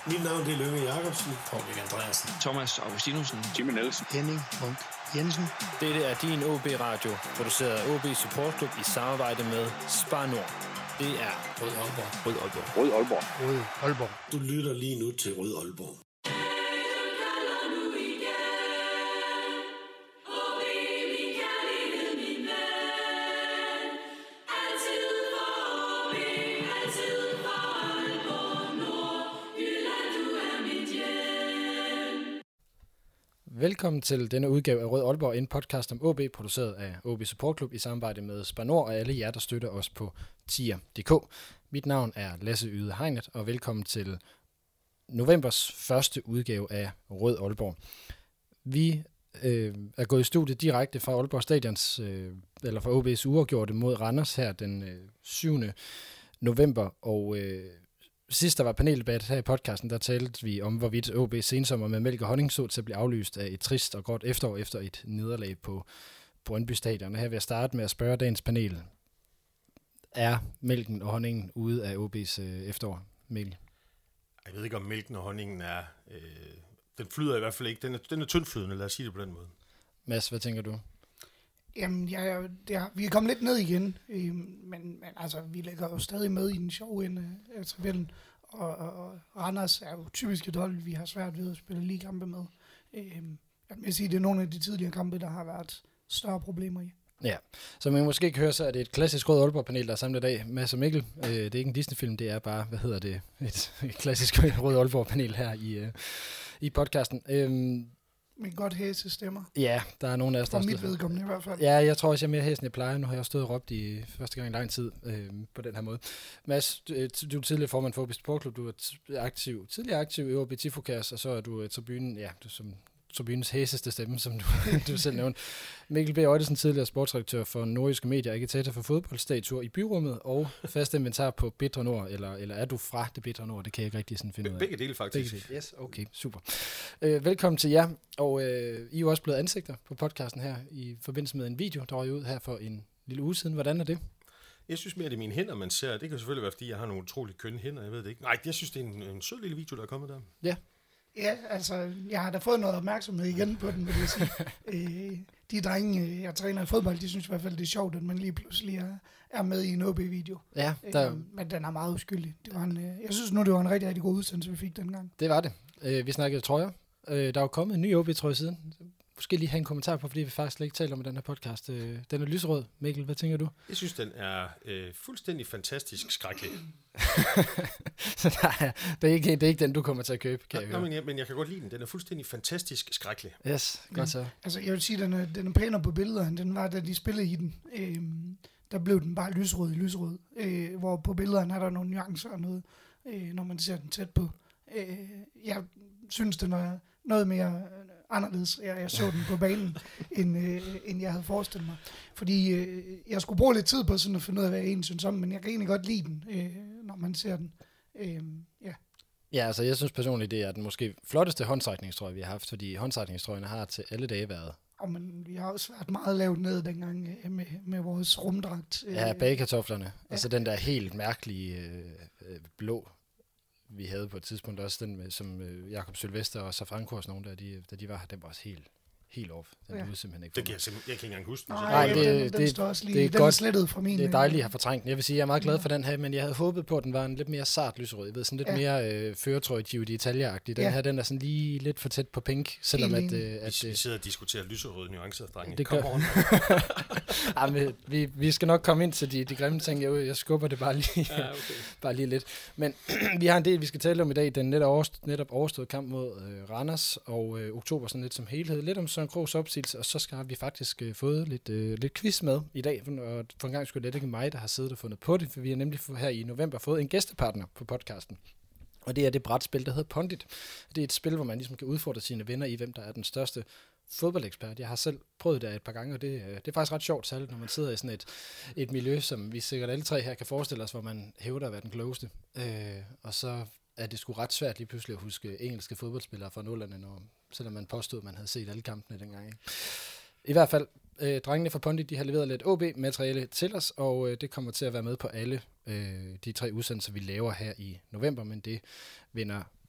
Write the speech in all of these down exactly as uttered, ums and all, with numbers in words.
Mit navn det er Lønge Jacobsen. Paul Andreasen. Thomas Augustinussen. Jimmy Nielsen. Henning Munk Jensen. Dette er din O B-radio, produceret af O B Support Club i samarbejde med Spar Nord. Det er Rød Aalborg. Rød Aalborg. Rød Aalborg. Rød Aalborg. Du lytter lige nu til Rød Aalborg. Velkommen til denne udgave af Rød Aalborg, en podcast om O B, produceret af O B Support Club i samarbejde med Spar Nord og alle jer, der støtter os på tier punktum d k. Mit navn er Lasse Yde Hegnet, og velkommen til novembers første udgave af Rød Aalborg. Vi øh, er gået i studiet direkte fra Aalborg Stadions, øh, eller fra O B's uafgjorte mod Randers her den øh, syvende november, og øh, sidst der var paneldebat her i podcasten, der talte vi om, hvorvidt O B sensommer med mælk og honning så til at blive aflyst af et trist og godt efterår efter et nederlag på Brøndby Stadion. Og her vil jeg starte med at spørge dagens panel. Er mælken og honningen ude af O B's øh, efterår, Mikkel? Jeg ved ikke, om mælken og honningen er... Øh, den flyder i hvert fald ikke. Den er, den er tyndflydende, lad os sige det på den måde. Mads, hvad tænker du? Jamen, ja, det er, vi er kommet lidt ned igen, øh, men, men altså, vi lægger jo stadig med i den sjove ende af tabellen, og, og, og Randers er jo typisk et hold, vi har svært ved at spille lige kampe med. Øh, jeg vil sige, det er nogle af de tidligere kampe, der har været større problemer i. Ja, som man måske kan høre, så er det et klassisk Rød Aalborg-panel, der er samlet i dag. Mads og Mikkel, øh, det er ikke en Disney-film, det er bare, hvad hedder det, et, et klassisk Rød Aalborg-panel her i, øh, i podcasten. Øh, Med godt hæse stemmer. Ja, der er nogen af os, der For mit vedkommende i hvert fald. Ja, jeg tror også, jeg er mere hæs, end jeg plejer. Nu har jeg stået og råbt i første gang i lang tid øh, på den her måde. Mads, du, du er tidligere formand for O B Support Club. Du er aktiv, tidligere aktiv i O B Tifokast, og så er du tribunen, ja, du som tribunens hæseste stemme, som du, du selv nævnte. Mikkel B. Øjdesen, tidligere sportsredaktør for Nordjyske Medier, agitator for fodboldstatuer i byrummet, og fast inventar på Bitre Nord, eller, eller er du fra det Bitre Nord? Det kan jeg ikke rigtig sådan finde ud af. Begge dele faktisk. Begge dele. Yes, okay, super. Øh, velkommen til jer, og øh, I er jo også blevet ansigter på podcasten her, i forbindelse med en video, der var ud her for en lille uge siden. Hvordan er det? Jeg synes mere, det er mine hænder, man ser. Det kan selvfølgelig være, fordi jeg har nogle utroligt kønne hænder, jeg ved det ikke. Nej, jeg synes, det er en, en sød lille video, der er kommet der. Ja. Ja, altså, jeg har da fået noget opmærksomhed igen på den, vil jeg sige. øh, de drenge, jeg træner i fodbold, de synes i hvert fald, det er sjovt, at man lige pludselig er, er med i en O B-video. Ja, der... øh, men den er meget uskyldig. Det var en, øh, jeg synes nu, det var en rigtig, rigtig god udsendelse, vi fik dengang. Det var det. Øh, vi snakkede trøjer. Øh, der er jo kommet en ny O B-trøje siden. Måske lige have en kommentar på, fordi vi faktisk slet ikke taler om i den her podcast. Øh, den er lyserød. Mikkel, hvad tænker du? Jeg synes, den er øh, fuldstændig fantastisk skrækkelig. Så der er, det, er ikke, det er ikke den, du kommer til at købe, kan Nå, jeg nå, høre. men, jeg, men jeg kan godt lide den. Den er fuldstændig fantastisk skrækkelig. Yes, godt Men, så. Altså, jeg vil sige, den er, den er pænere på billeder, end den var, da de spillede i den. Øh, der blev den bare lysrød i lysrød. Øh, hvor på billederne er der nogle nuancer og noget, øh, når man ser den tæt på. Øh, jeg synes, den er noget mere anderledes. Jeg, jeg så den på banen, end, øh, end jeg havde forestillet mig. Fordi øh, jeg skulle bruge lidt tid på sådan at finde ud af, hvad jeg egentlig synes om, men jeg kan egentlig godt lide den, øh, når man ser den. Øh, ja. Ja, altså jeg synes personligt, det er den måske flotteste håndsætningstrøje, vi har haft, fordi håndsætningstrøjerne har til alle dage været. Og men vi har også været meget lavt ned dengang øh, med, med vores rumdragt. Øh, Ja, bagekartoflerne. Ja. Altså den der helt mærkelige øh, øh, blå, vi havde på et tidspunkt, også den med, som øh, Jakob Sylvester og Safranco og sådan nogle, der de, da de var her, den var også helt, helt off. Den Ja. ja. simpelthen ikke. Det kan jeg, simpelthen, jeg kan ikke engang huske den. Nej, Nej, det, det- den, den det- står også lige, det er den godt. er slettet fra min. Det er øh, dejligt at have fortrængt den. Jeg vil sige, jeg er meget glad for den her, men jeg havde håbet på, at den var en lidt mere sart lyserød. Jeg ved, sådan lidt Ja. mere øh, føretrøje Gio d'Italia-agtig. Den Ja. her, den er sådan lige lidt for tæt på pink, selvom Helt at, enig. øh, Vi, at vi øh, sidder og diskuterer lyserøde nuancer, drenge. Det Kom gør- on. Ej, men vi, vi skal nok komme ind til de, de grimme ting. Jeg, jeg skubber det bare lige, Ja, okay. bare lige lidt. Men vi har en del, vi skal tale om i dag. Den netop, overst- netop overstået kamp mod øh, Randers og øh, oktober sådan lidt som helhed. Lidt om Søren Krogs opsigelse, og så skal vi faktisk øh, fået lidt, øh, lidt quiz med i dag. Og for en gang skulle det ikke mig, der har siddet og fundet på det, for vi har nemlig her i november fået en gæstepartner på podcasten. Og det er det brætspil, der hedder Pundit. Det er et spil, hvor man ligesom kan udfordre sine venner i, hvem der er den største fodboldekspert. Jeg har selv prøvet det et par gange, og det, det er faktisk ret sjovt, særligt når man sidder i sådan et, et miljø, som vi sikkert alle tre her kan forestille os, hvor man hævder at være den klogeste. Øh, og så er det sgu ret svært lige pludselig at huske engelske fodboldspillere fra nullerne, når, selvom man påstod, at man havde set alle kampene dengang. Ikke? I hvert fald, øh, drengene fra Pundit, de har leveret lidt O B-materiale til os, og øh, det kommer til at være med på alle øh, de tre udsendelser, vi laver her i november, men det vender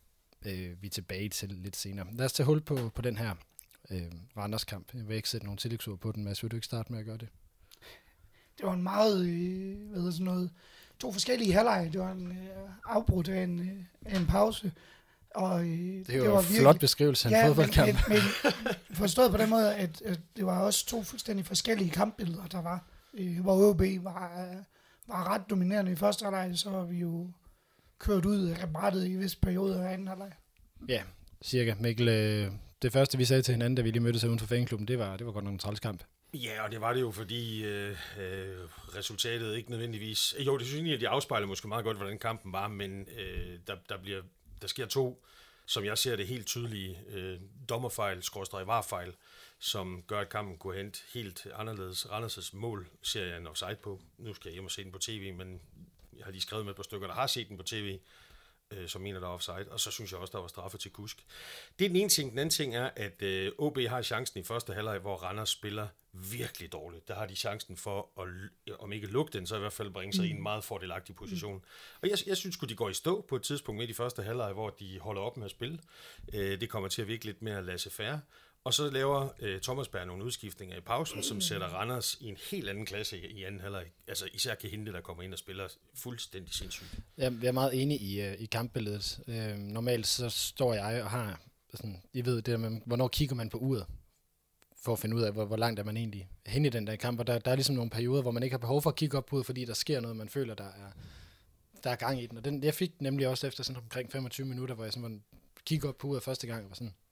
øh, vi er tilbage til lidt senere. Lad os tage hul på, på den her øh, Randers kamp. Jeg vil ikke sætte nogle tillægsord på den, men vil du ikke starte med at gøre det? Det var en meget, øh, hvad hedder sådan noget, to forskellige halvleje. Det var en øh, afbrudt af en, øh, af en pause. Og, øh, det, det var, var en virkelig, flot beskrivelse af en ja, fodboldkamp. Men, men forstået på den måde, at, at det var også to fuldstændig forskellige kampbilleder, der var. Øh, hvor O B var, var ret dominerende i første halvleg, så var vi jo kørt ud af brættet i visse perioder af anden halvleg. Ja, cirka. Mikkel, øh, det første vi sagde til hinanden, da vi lige mødtes uden for fanklubben, det var, det var godt nok en træls kamp. Ja, og det var det jo, fordi øh, øh, resultatet ikke nødvendigvis... Jo, det synes jeg, at de afspejler måske meget godt, hvordan kampen var, men øh, der, der, bliver, der sker to, som jeg ser det helt tydelige, øh, dommerfejl, skråstreg varfejl, som gør, at kampen kunne hente helt anderledes. Randers' mål ser jeg en offside på. Nu skal jeg hjem og se den på tv, men jeg har lige skrevet med et par stykker, der har set den på tv, øh, som mener, der er offside. Og så synes jeg også, der var straffe til Kusk. Det er den ene ting. Den anden ting er, at øh, O B har chancen i første halvleg, hvor Randers spiller virkelig dårligt. Der har de chancen for at, om ikke lukke den, så i hvert fald bringe sig mm. i en meget fordelagtig position. Mm. Og jeg, jeg synes, at de går i stå på et tidspunkt midt i første halvleg, hvor de holder op med at spille. Øh, det kommer til at virke lidt mere laissez-faire. Og så laver øh, Thomas Berg nogle udskiftninger i pausen, som sætter Randers i en helt anden klasse i, i anden halvleg. Altså især Kahinde, der kommer ind og spiller fuldstændig sindssygt. Jeg er meget enig i, uh, i kampbilledet. Uh, normalt så står jeg og har sådan, I ved det der med, hvornår kigger man på uret, for at finde ud af, hvor, hvor langt er man egentlig hen i den der kamp. Og der, der er ligesom nogle perioder, hvor man ikke har behov for at kigge op på uret, fordi der sker noget, man føler, der er, der er gang i den. Og den, jeg fik nemlig også efter sådan omkring femogtyve minutter, hvor jeg sådan kigger op på uret første gang, og var sådan,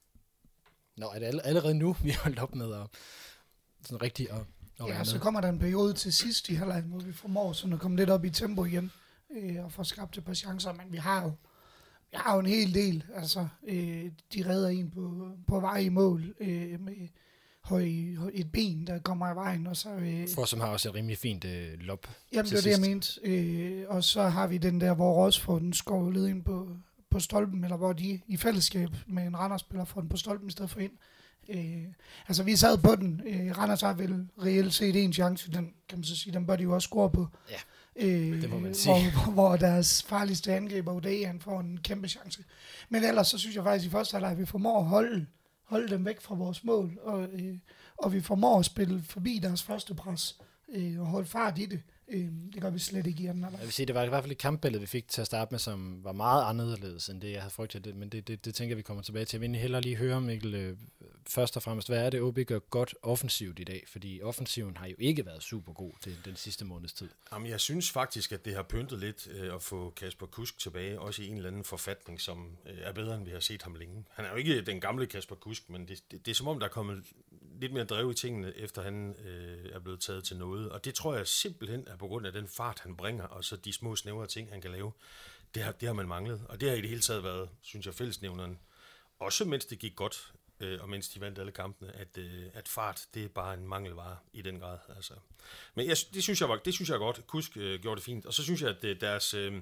nå, er det allerede nu, vi har holdt op med at sådan rigtigt at, at ja, så kommer der en periode til sidst i halvleg, hvor vi formår sådan at komme lidt op i tempo igen, øh, og få skabt et par chancer, men vi har jo, vi har jo en hel del, altså, øh, de redder en på, på vej i mål, øh, med høj, høj, et ben, der kommer i vejen, og så... Øh, For som har også et rimelig fint øh, lop. Jamen, det var det, jeg mente, øh, og så har vi den der, hvor Ross får den skåret ind på... på stolpen, eller hvor de i fællesskab med en Randers-spiller får den på stolpen i stedet for ind. Øh, altså, vi sad på den. Øh, Randers har vel reelt set en chance, den kan man så sige, den bør de jo også score på. Ja, øh, det må man sige. Hvor, hvor deres farligste angriber, Uday, han får en kæmpe chance. Men ellers, så synes jeg faktisk i første halvleg, at vi formår at holde, holde dem væk fra vores mål, og, øh, og vi formår at spille forbi deres første pres, øh, og holde fart i det. Det gør vi slet ikke i anden halvleg. Jeg vil sige, det var i hvert fald et kampbillede, vi fik til at starte med, som var meget anderledes end det, jeg havde frygtet. Men det, det, det tænker vi kommer tilbage til. Jeg vil hellere lige høre, Mikkel, øh, først og fremmest, hvad er det, O B gør godt offensivt i dag? Fordi offensiven har jo ikke været super god til den sidste måneds tid. Jamen, jeg synes faktisk, at det har pyntet lidt øh, at få Kasper Kusk tilbage, også i en eller anden forfatning, som øh, er bedre, end vi har set ham længe. Han er jo ikke den gamle Kasper Kusk, men det, det, det er som om, der er kommet lidt mere drev i tingene, efter han øh, er blevet taget til noget. Og det tror jeg simpelthen er på grund af den fart, han bringer, og så de små snævre ting, han kan lave. Det har, det har man manglet. Og det har i det hele taget været, synes jeg, fællesnævneren. Også mens det gik godt, øh, og mens de vandt alle kampene, at, øh, at fart, det er bare en mangelvare i den grad. Altså. Men jeg, det, synes jeg var, det synes jeg er godt. Kusk øh, gjorde det fint. Og så synes jeg, at deres... Øh,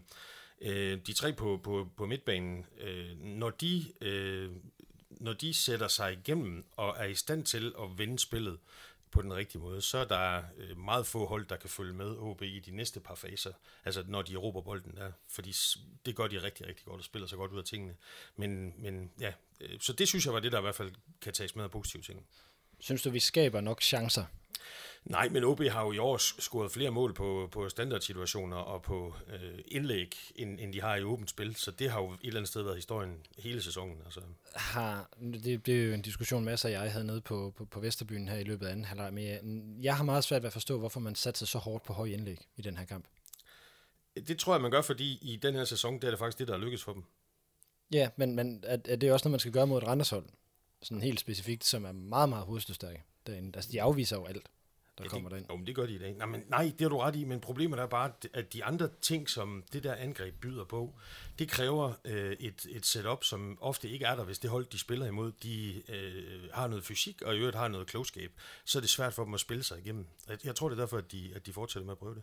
øh, de tre på, på, på midtbanen, øh, når de... Øh, når de sætter sig igennem og er i stand til at vende spillet på den rigtige måde, så er der meget få hold, der kan følge med O B i de næste par faser, altså når de erobrer bolden der, fordi det gør de rigtig, rigtig godt og spiller så godt ud af tingene. Men, men ja, så det synes jeg var det, der i hvert fald kan tages med af positive ting. Synes du, vi skaber nok chancer? Nej, men O B har jo i år scoret flere mål på, på standardsituationer og på øh, indlæg, end, end de har i åbent spil, så det har jo et eller andet sted været historien hele sæsonen. Altså. Har, det, det er jo en diskussion, masser af jeg havde nede på, på, på Vesterbyen her i løbet af anden halvleg, men jeg, jeg har meget svært ved at forstå, hvorfor man satte sig så hårdt på høj indlæg i den her kamp. Det tror jeg, man gør, fordi i den her sæson, det er det faktisk det, der er lykkes for dem. Ja, men, men er, er det også noget, man skal gøre mod et Randershold? Sådan helt specifikt, som er meget, meget hovedstødstærke derinde. Altså, de afviser jo alt, der ja, kommer det, derind. Jo, men det gør de i dag. Nej, men, nej, det har du ret i, men problemet er bare, at de andre ting, som det der angreb byder på, det kræver øh, et, et setup, som ofte ikke er der, hvis det hold, de spiller imod, de øh, har noget fysik, og i øvrigt har noget klogskab. Så er det svært for dem at spille sig igennem. Jeg, jeg tror, det er derfor, at de, at de fortsætter med at prøve det.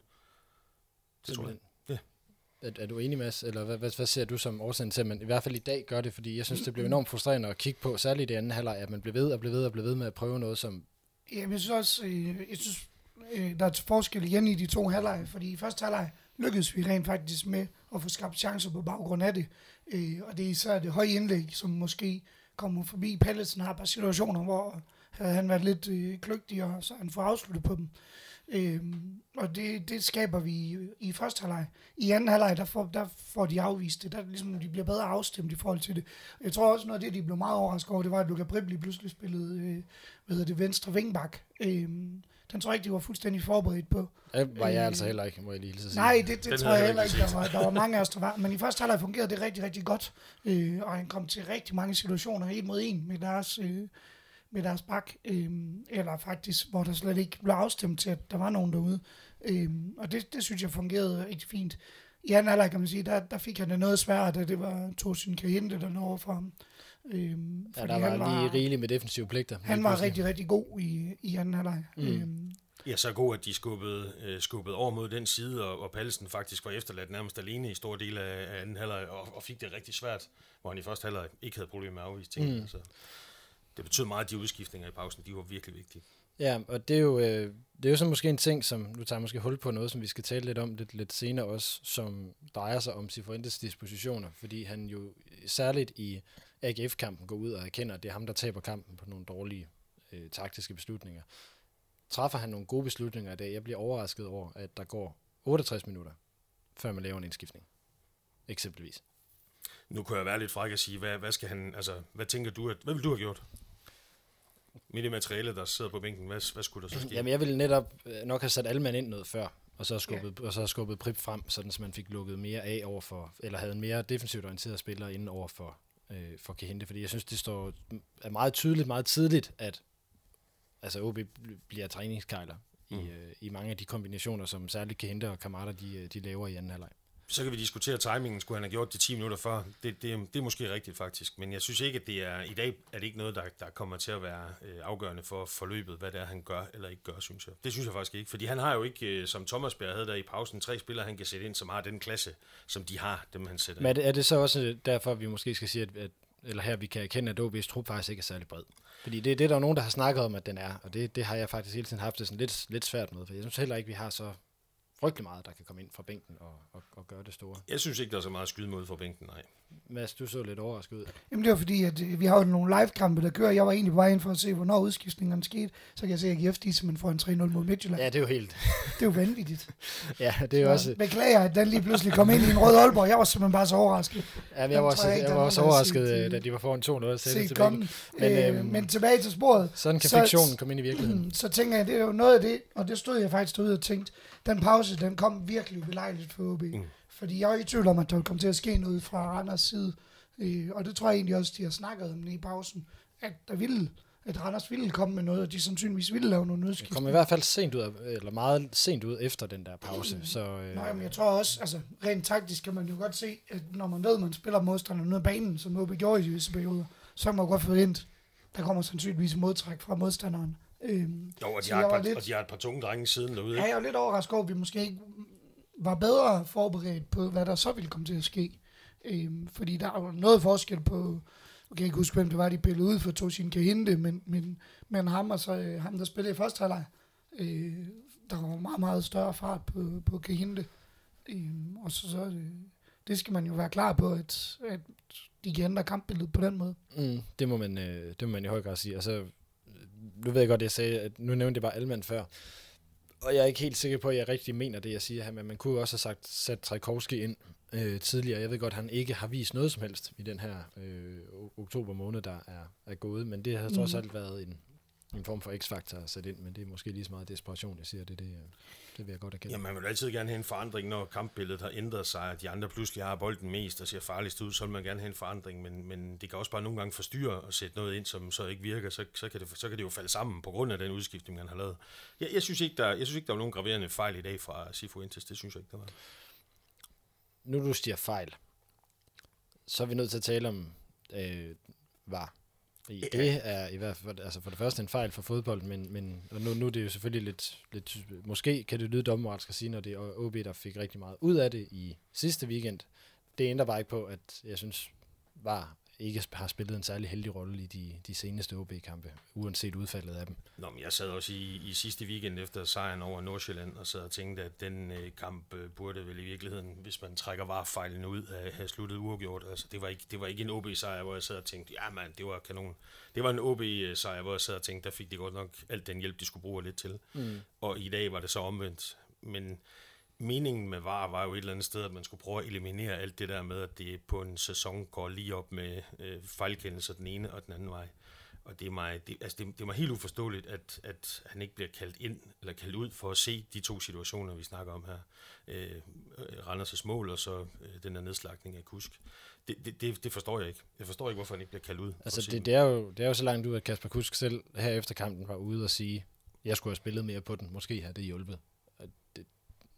Det tror jeg. Ja. Er, er du enig, Mads? Eller hvad, hvad, hvad ser du som årsagen til, at man i hvert fald i dag gør det? Fordi jeg synes, det bliver enormt frustrerende at kigge på, særligt i det anden halvleg, at man bliver ved og bliver ved og bliver ved med at prøve noget, som... Ja, jeg synes også, øh, jeg synes, øh, der er forskel igen i de to halvleje, fordi i første halvleg, lykkedes vi rent faktisk med at få skabt chancer på baggrund af det. Øh, og det er især det høje indlæg, som måske kommer forbi. Pallesen har et par situationer, hvor havde han været lidt øh, kløgtigere, så han får afsluttet på dem. Øhm, og det, det skaber vi i, i første halvleg. I anden halvleg, der får, der får de afvist det. Der ligesom, de bliver bedre afstemt i forhold til det. Jeg tror også, noget af det, de blev meget overrasket over, det var, at Luka Bribli pludselig spillede øh, hvad hedder det, venstre vingbak. Øhm, den tror jeg ikke, de var fuldstændig forberedt på. Det var jeg øh, altså heller ikke, må jeg lige sige. Nej, det, det tror jeg heller ikke, der var, der var mange af os, der var. Men i første halvleg fungerede det rigtig, rigtig godt. Øh, og han kom til rigtig mange situationer, en mod en med deres... Øh, med deres bak, øhm, eller faktisk, hvor der slet ikke blev afstemt til, at der var nogen derude. Øhm, og det, det synes jeg fungerede rigtig fint. I anden halvleg, kan man sige, der, der fik han det noget sværere, da det var Tosin Kahinde, der nåede over for ham. Øhm, ja, der var, var lige rigeligt med defensive pligter. Han var rigtig, rigtig god i, i anden halvleg. Mm. Øhm, Ja, så god, at de skubbede, øh, skubbede over mod den side, og, og Pallesen faktisk var efterladt nærmest alene i store dele af, af anden halvleg, og, og fik det rigtig svært, hvor han i første halvleg ikke havde problemer med at afvise ting. Mm. Altså. Det betød meget, at de udskiftninger i pausen, de var virkelig vigtige. Ja, og det er jo, øh, det er jo så måske en ting, som, nu tager jeg måske hul på noget, som vi skal tale lidt om lidt, lidt senere også, som drejer sig om Cifuentes dispositioner, fordi han jo særligt i A G F-kampen går ud og erkender, at det er ham, der taber kampen på nogle dårlige øh, taktiske beslutninger. Træffer han nogle gode beslutninger i dag? Jeg bliver overrasket over, at der går otteogtres minutter, før man laver en indskiftning. Eksempelvis. Nu kunne jeg være lidt fræk at sige, hvad, hvad skal han, altså, hvad tænker du, at, hvad vil du have gjort? Med det materiale, der sidder på bænken, hvad, hvad skulle der så ske? Jamen, jeg ville netop nok have sat alle mand ind noget før, og så skubbet, ja. og så skubbet Prip frem, sådan så man fik lukket mere af over for, eller havde en mere defensivt orienteret spiller inden over for, øh, for Kahinde, fordi jeg synes, det står er meget tydeligt, meget tidligt, at altså O B bliver træningskejler mm. i, øh, i mange af de kombinationer, som særligt Kahinde og Kamada, de, de laver i anden halvleg. Så kan vi diskutere timingen, skulle han have gjort det ti minutter før. Det, det, det er måske rigtigt faktisk, men jeg synes ikke, at det er, i dag er det ikke noget, der, der kommer til at være øh, afgørende for forløbet, hvad det er, han gør eller ikke gør, synes jeg. Det synes jeg faktisk ikke, fordi han har jo ikke, øh, som Thomas Bjerg havde der i pausen, tre spillere, han kan sætte ind, som har den klasse, som de har, dem han sætter Men er det, er det så også derfor, vi måske skal sige, at, at eller her vi kan erkende, at O B's trup faktisk ikke er særlig bred? Fordi det, det er der jo nogen, der har snakket om, at den er, og det, det har jeg faktisk hele tiden haft det sådan lidt, lidt svært med, for jeg synes heller ikke, vi har så frygtelig meget, der kan komme ind fra bænken og, og, og gøre det store. Jeg synes ikke, der er så meget skyde mod fra bænken, nej. Mads, du så lidt overrasket ud. Jamen det var fordi, at øh, vi har jo nogle live-kampe, der kører. Jeg var egentlig på vej ind for at se, hvornår udskiftningerne skete. Så kan jeg se, at A G F de simpelthen får en tre nul mod Midtjylland. Ja, det er jo helt... Det er jo vanvittigt. Ja, det er jo også... Beklager, at den lige pludselig kom ind i en rød Aalborg. Jeg var simpelthen bare så overrasket. Ja, jeg var også, jeg, jeg var også overrasket, set, da de var foran to nul. Se komme. Men, øh, øhm, men tilbage til sporet. Sådan kan så, fiktionen komme ind i virkeligheden. Så tænker jeg, det er jo noget af det, og det stod jeg faktisk derude og tænkte, den pause, den kom virkelig ubelejligt for O B. Mm. Fordi jeg var ikke i tvivl om, at der ville komme til at ske noget fra Randers side. Øh, og det tror jeg egentlig også, de har snakket om i pausen, at der ville, at Randers ville komme med noget, og de sandsynligvis ville lave noget nødskift. Det kom i hvert fald sent ud, af, eller meget sent ud efter den der pause. Mm. Så, øh... Nej, men jeg tror også, altså rent taktisk kan man jo godt se, at når man ved, at man spiller modstanderne ned ad banen, som O B gjorde i visse perioder, så kan man godt forvente, der kommer sandsynligvis modtræk fra modstanderen. Øhm, jo, og de, har et par, lidt, og de har et par tunge drenge siden derude. Ja, jeg var lidt overrasket over, at vi måske ikke var bedre forberedt på, hvad der så ville komme til at ske. Øhm, fordi der er jo noget forskel på, okay, jeg kan ikke huske, hvem det var, de pillede ud for Tosin Kahinde, men, men, men ham og så øh, ham, der spillede i første halvleg, øh, der var meget, meget større fart på, på Kahinde. Øhm, og så, så øh, det skal man jo være klar på, at, at de kan ændre kampbilledet på den måde. Mm, det, må man, øh, det må man i høj grad sige. Altså, nu ved jeg godt, at jeg sagde, at nu nævnte jeg bare Alman før, og jeg er ikke helt sikker på, at jeg rigtig mener det, jeg siger her, men man kunne også have sagt, sat Trajkovski ind øh, tidligere. Jeg ved godt, at han ikke har vist noget som helst i den her øh, oktober måned, der er, er gået, men det har trods alt været en, en form for x-faktor at sætte ind, men det er måske lige så meget desperation, jeg siger, det, det, det vil jeg godt erkende. Ja, man vil altid gerne have en forandring, når kampbilledet har ændret sig, at de andre pludselig har bolden mest og ser farligst ud, så vil man gerne have en forandring, men, men det kan også bare nogle gange forstyrre og sætte noget ind, som så ikke virker, så, så, kan, det, så kan det jo falde sammen på grund af den udskiftning, man har lavet. Jeg, jeg, synes ikke, der, jeg synes ikke, der var nogen graverende fejl i dag fra Cifuentes, det synes jeg ikke, der var. Nu du siger fejl, så er vi nødt til at tale om øh, var. Det ja. er i hvert fald, altså for det første en fejl for fodbold, men, men og nu, nu er det jo selvfølgelig lidt, lidt, måske kan det lyde dommerretsk at sige, når det er O B, der fik rigtig meget ud af det i sidste weekend. Det ændrer bare ikke på, at jeg synes, var ikke har spillet en særlig heldig rolle i de, de seneste O B-kampe, uanset udfaldet af dem. Nå, men jeg sad også i, i sidste weekend efter sejren over Nordsjælland, og sad og tænkte, at den øh, kamp øh, burde vel i virkeligheden, hvis man trækker varefejlen ud, at have sluttet uafgjort. Altså, det var ikke, det var ikke en O B-sejr, hvor jeg sad og tænkte, ja mand, det var kanon. Det var en O B-sejr, hvor jeg sad og tænkte, der fik de godt nok alt den hjælp, de skulle bruge lidt til. Mm. Og i dag var det så omvendt. Men meningen med V A R var jo et eller andet sted, at man skulle prøve at eliminere alt det der med, at det på en sæson går lige op med øh, fejlkendelser den ene og den anden vej. Og det er mig, det, altså det, det er mig helt uforståeligt, at, at han ikke bliver kaldt ind eller kaldt ud for at se de to situationer, vi snakker om her. Øh, Randers' mål og så øh, den der nedslagning af Kusk. Det, det, det, det forstår jeg ikke. Jeg forstår ikke, hvorfor han ikke bliver kaldt ud. Altså det, det, er jo, det er jo så langt ud, at Kasper Kusk selv her efter kampen var ude og sige, jeg skulle have spillet mere på den. Måske har det hjulpet. Det,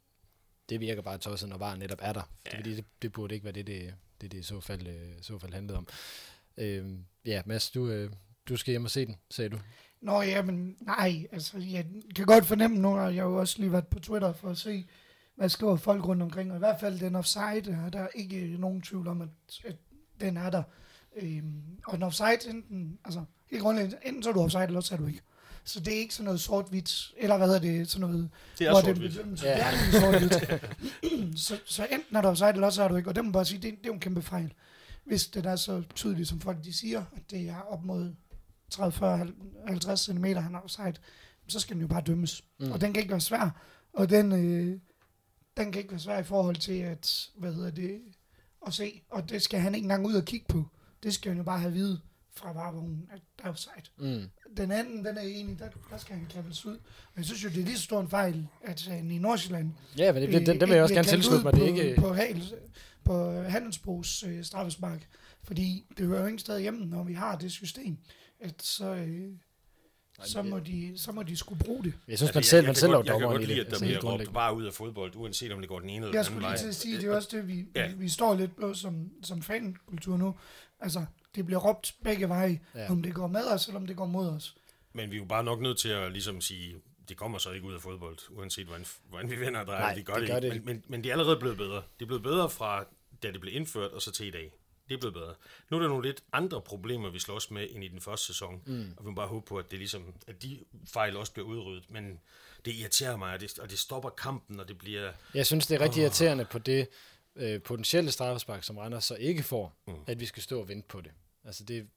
det virker bare tosset, når V A R netop er der. Ja. Fordi det, det burde ikke være det, det, det, det i så fald, øh, så fald handlede om. Øh, ja, Mads, du... Øh, Du skal hjem og se den, sagde du. Nå ja, men nej, altså jeg kan godt fornemme nu, og jeg har jo også lige været på Twitter for at se, hvad skriver folk rundt omkring, og i hvert fald den offside, er der ikke nogen tvivl om, at, at den er der. Øhm, og en offside, enten, altså helt grundlæggende, enten så er du offside, eller så er du ikke. Så det er ikke sådan noget sort-hvidt, eller hvad hedder det, sådan noget... Det er sort-hvidt. Det, ja. det er sort-hvidt. så, så enten er du offside, eller så er du ikke, og det må bare sige, det, det er jo en kæmpe fejl. Hvis det er så tydeligt, som folk de siger, at det er op mod tredive, fyrre, halvtreds centimeter, han er offside, så skal den jo bare dømmes. Mm. Og den kan ikke være svær. Og den, øh, den kan ikke være svær i forhold til, at, hvad hedder det, at se. Og det skal han ikke engang ud og kigge på. Det skal han jo bare have at vide fra varevognen, at der er offside. Mm. Den anden, den er enig, der, der skal han klappes ud. Og jeg synes jo, det er lige så stor en fejl, at han i Nordsjælland... Ja, men det, det, den, den vil jeg også gerne tilslutte mig. Det på, ikke... På, Hals, på Handelsbos øh, straffespark. Fordi det hører jo ingen sted hjemme, når vi har det system. At så, øh, så, må de, så må de skulle bruge det. Jeg synes, man selv, man selv er dommeren i det. Jeg kan godt lide, at der bliver råbt bare ud af fodbold, uanset om det går den ene eller den anden vej. Jeg skulle lige til at sige, det er også det, vi, ja. vi står lidt på som, som fankultur nu. Altså, det bliver råbt begge veje, ja. Om det går med os, eller om det går mod os. Men vi er jo bare nok nødt til at ligesom sige, det kommer så ikke ud af fodbold, uanset hvordan, hvordan vi vender og drejer. Nej, de gør det, det, gør det. det. Men, men, men det er allerede blevet bedre. Det er blevet bedre fra, da det blev indført, og så til i dag. Det er blevet bedre. Nu er der nogle lidt andre problemer, vi slås med end i den første sæson. Mm. Og vi må bare håbe på, at, det ligesom, at de fejl også bliver udryddet. Men det irriterer mig, og det, og det stopper kampen, og det bliver... Jeg synes, det er rigtig oh. irriterende på det øh, potentielle straffespark, som Randers så ikke får, mm. at vi skal stå og vente på det. Altså det...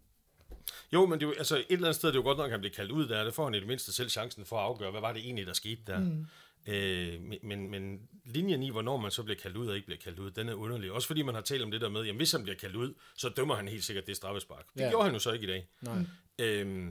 Jo, men det er jo, altså, et eller andet sted er det jo godt nok, at han bliver kaldt ud der. Det får han i det mindste selv chancen for at afgøre, hvad var det egentlig, der skete der. Mm. Øh, men, men linjen i, hvornår man så bliver kaldt ud og ikke bliver kaldt ud, den er underlig. Også fordi man har talt om det der med, jamen hvis han bliver kaldt ud, så dømmer han helt sikkert det straffespark. Det ja. gjorde han jo så ikke i dag. Nej. Øhm,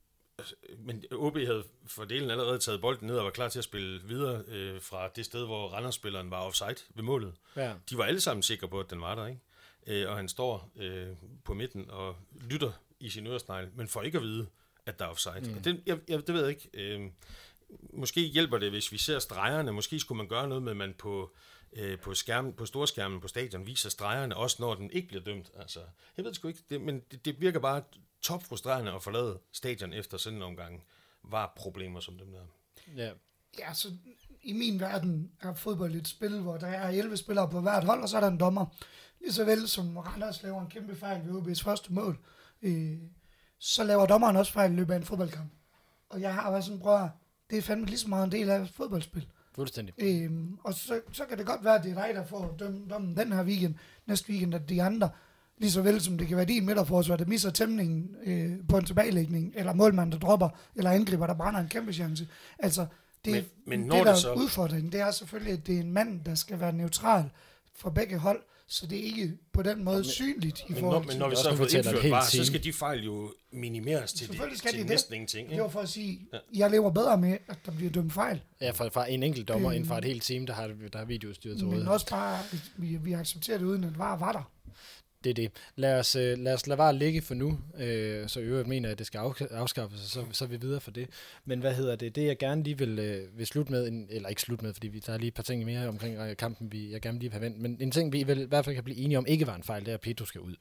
men O B havde for delen allerede taget bolden ned og var klar til at spille videre øh, fra det sted, hvor Randers-spilleren var offside ved målet. Ja. De var alle sammen sikre på, at den var der, ikke? Øh, og han står øh, på midten og lytter i sin øresnegl, men får ikke at vide, at der er offside. Mm. Og det, jeg, jeg, det ved jeg ikke... Øh, Måske hjælper det, hvis vi ser stregerne. Måske skulle man gøre noget med, at man på, øh, på, skærmen, på storskærmen på stadion viser stregerne, også når den ikke bliver dømt. Altså, jeg ved sgu ikke, det, men det, det virker bare topfrustrerende at forlade stadion efter sådan en omgang. Var problemer som dem der. Ja. Ja, så i min verden er fodbold et spil, hvor der er elleve spillere på hvert hold, og så er der en dommer. Lige så vel som Randers laver en kæmpe fejl ved O B's første mål, øh, så laver dommeren også fejl i løbet af en fodboldkamp. Og jeg har været sådan, bror, det er fandme lige så meget en del af fodboldspil. Fuldstændig. Øhm, og så, så kan det godt være, at det er dig, der får dømme dommen den her weekend, næste weekend, at de andre, lige så vel som det kan være din midterforsvar, der misser tæmningen øh, på en tilbagelægning, eller målmand, der dropper, eller angriber, der brænder en kæmpe chance. Altså, det, men, men det når der det så... udfordring, det er selvfølgelig, at det er en mand, der skal være neutral for begge hold, så det er ikke på den måde men, synligt i forhold til... Men når vi så har fået indført bare, så skal de fejl jo minimeres til, de, til de næsten ingenting. Det var for at sige, ja. Jeg lever bedre med, at der bliver dømt fejl. Ja, fra, fra en enkelt dommer, øh, end fra et helt team, der har, der har videostyret til rådighed. Men også bare, vi, vi accepterer det uden, at var var der. Det er det. Lad os, øh, lad os lade være ligge for nu, øh, så i øvrigt mener, at det skal afskaffes, så, så er vi videre for det. Men hvad hedder det? Det jeg gerne lige vil, øh, vil slutte med, en, eller ikke slutte med, fordi vi, der er lige et par ting mere omkring øh, kampen, vi, jeg gerne lige vil have vendt. Men en ting, vi vel, i hvert fald kan blive enige om, ikke var en fejl, det er, at Pedro skal ud.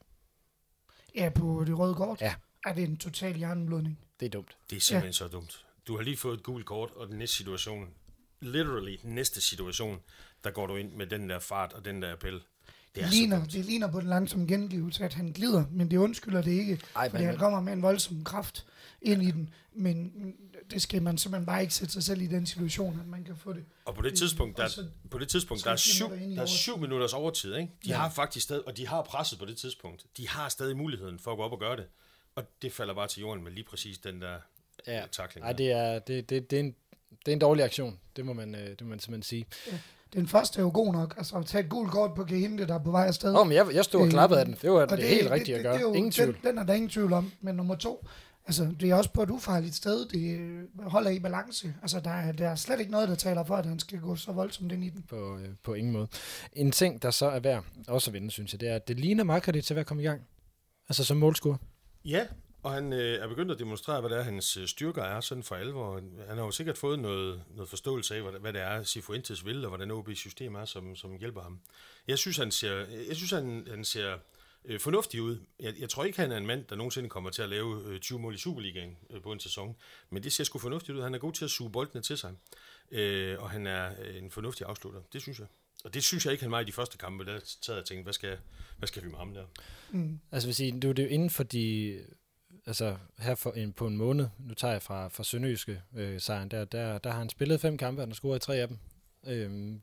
Ja, på det røde kort? Ja. Er det en total hjerneblødning? Det er dumt. Det er simpelthen ja. så dumt. Du har lige fået et gult kort, og den næste situation, literally den næste situation, der går du ind med den der fart og den der appel. Det, er ligner, det ligner på den langsomme gengivelse, at han glider, men det undskylder det ikke, Ej, fordi men, han kommer med en voldsom kraft ind i den, men det skal man simpelthen bare ikke sætte sig selv i den situation, at man kan få det. Og på det tidspunkt, der, Og så på det tidspunkt, der er tre syv, minutter ind i der er syv minutters overtid, ikke? De Ja. har faktisk stadig, og de har presset på det tidspunkt. De har stadig muligheden for at gå op og gøre det. Og det falder bare til jorden med lige præcis den der Ja. øh, tackling. Ej, det er, det, det, det, er en, det er en dårlig aktion. Det må man, øh, det må man simpelthen sige. Den første er jo god nok, altså at tage et gult kort på Kahinde, der er på vej afsted. Åh, oh, men jeg, jeg stod og klappede af den. Det var Og det, det helt rigtigt at gøre. Det, det er jo, ingen tvivl. Den, den er der ingen tvivl om, men nummer to, altså det er også på et ufarligt sted, det øh, holder i balance. Altså der er, der er slet ikke noget, der taler for, at han skal gå så voldsomt ind i den. På, øh, på ingen måde. En ting, der så er værd også at vinde, synes jeg, det er, at det ligner Markarit til at være kommet i gang. Altså som målscorer. Ja, og han øh, er begyndt at demonstrere, hvad det er, hans øh, styrker er sådan for alvor. Han har jo sikkert fået noget, noget forståelse af, hvad, hvad det er, Cifuentes vil, og hvordan O B's system er, som, som hjælper ham. Jeg synes, han ser, jeg synes, han, han ser øh, fornuftig ud. Jeg, jeg tror ikke, han er en mand, der nogensinde kommer til at lave øh, tyve mål i Superligaen øh, på en sæson, men det ser sgu fornuftigt ud. Han er god til at suge boldene til sig, øh, og han er øh, en fornuftig afslutter. Det synes jeg. Og det synes jeg ikke, han var i de første kampe. Der sad jeg og tænkte, hvad skal, hvad skal vi med ham der? Mm. Altså vil sige, du er det jo inden for de... Altså her for en, på en måned, nu tager jeg fra, fra Sønderjyske øh, sejren, der, der, der har han spillet fem kampe, og han har scoret i tre af dem. Øhm,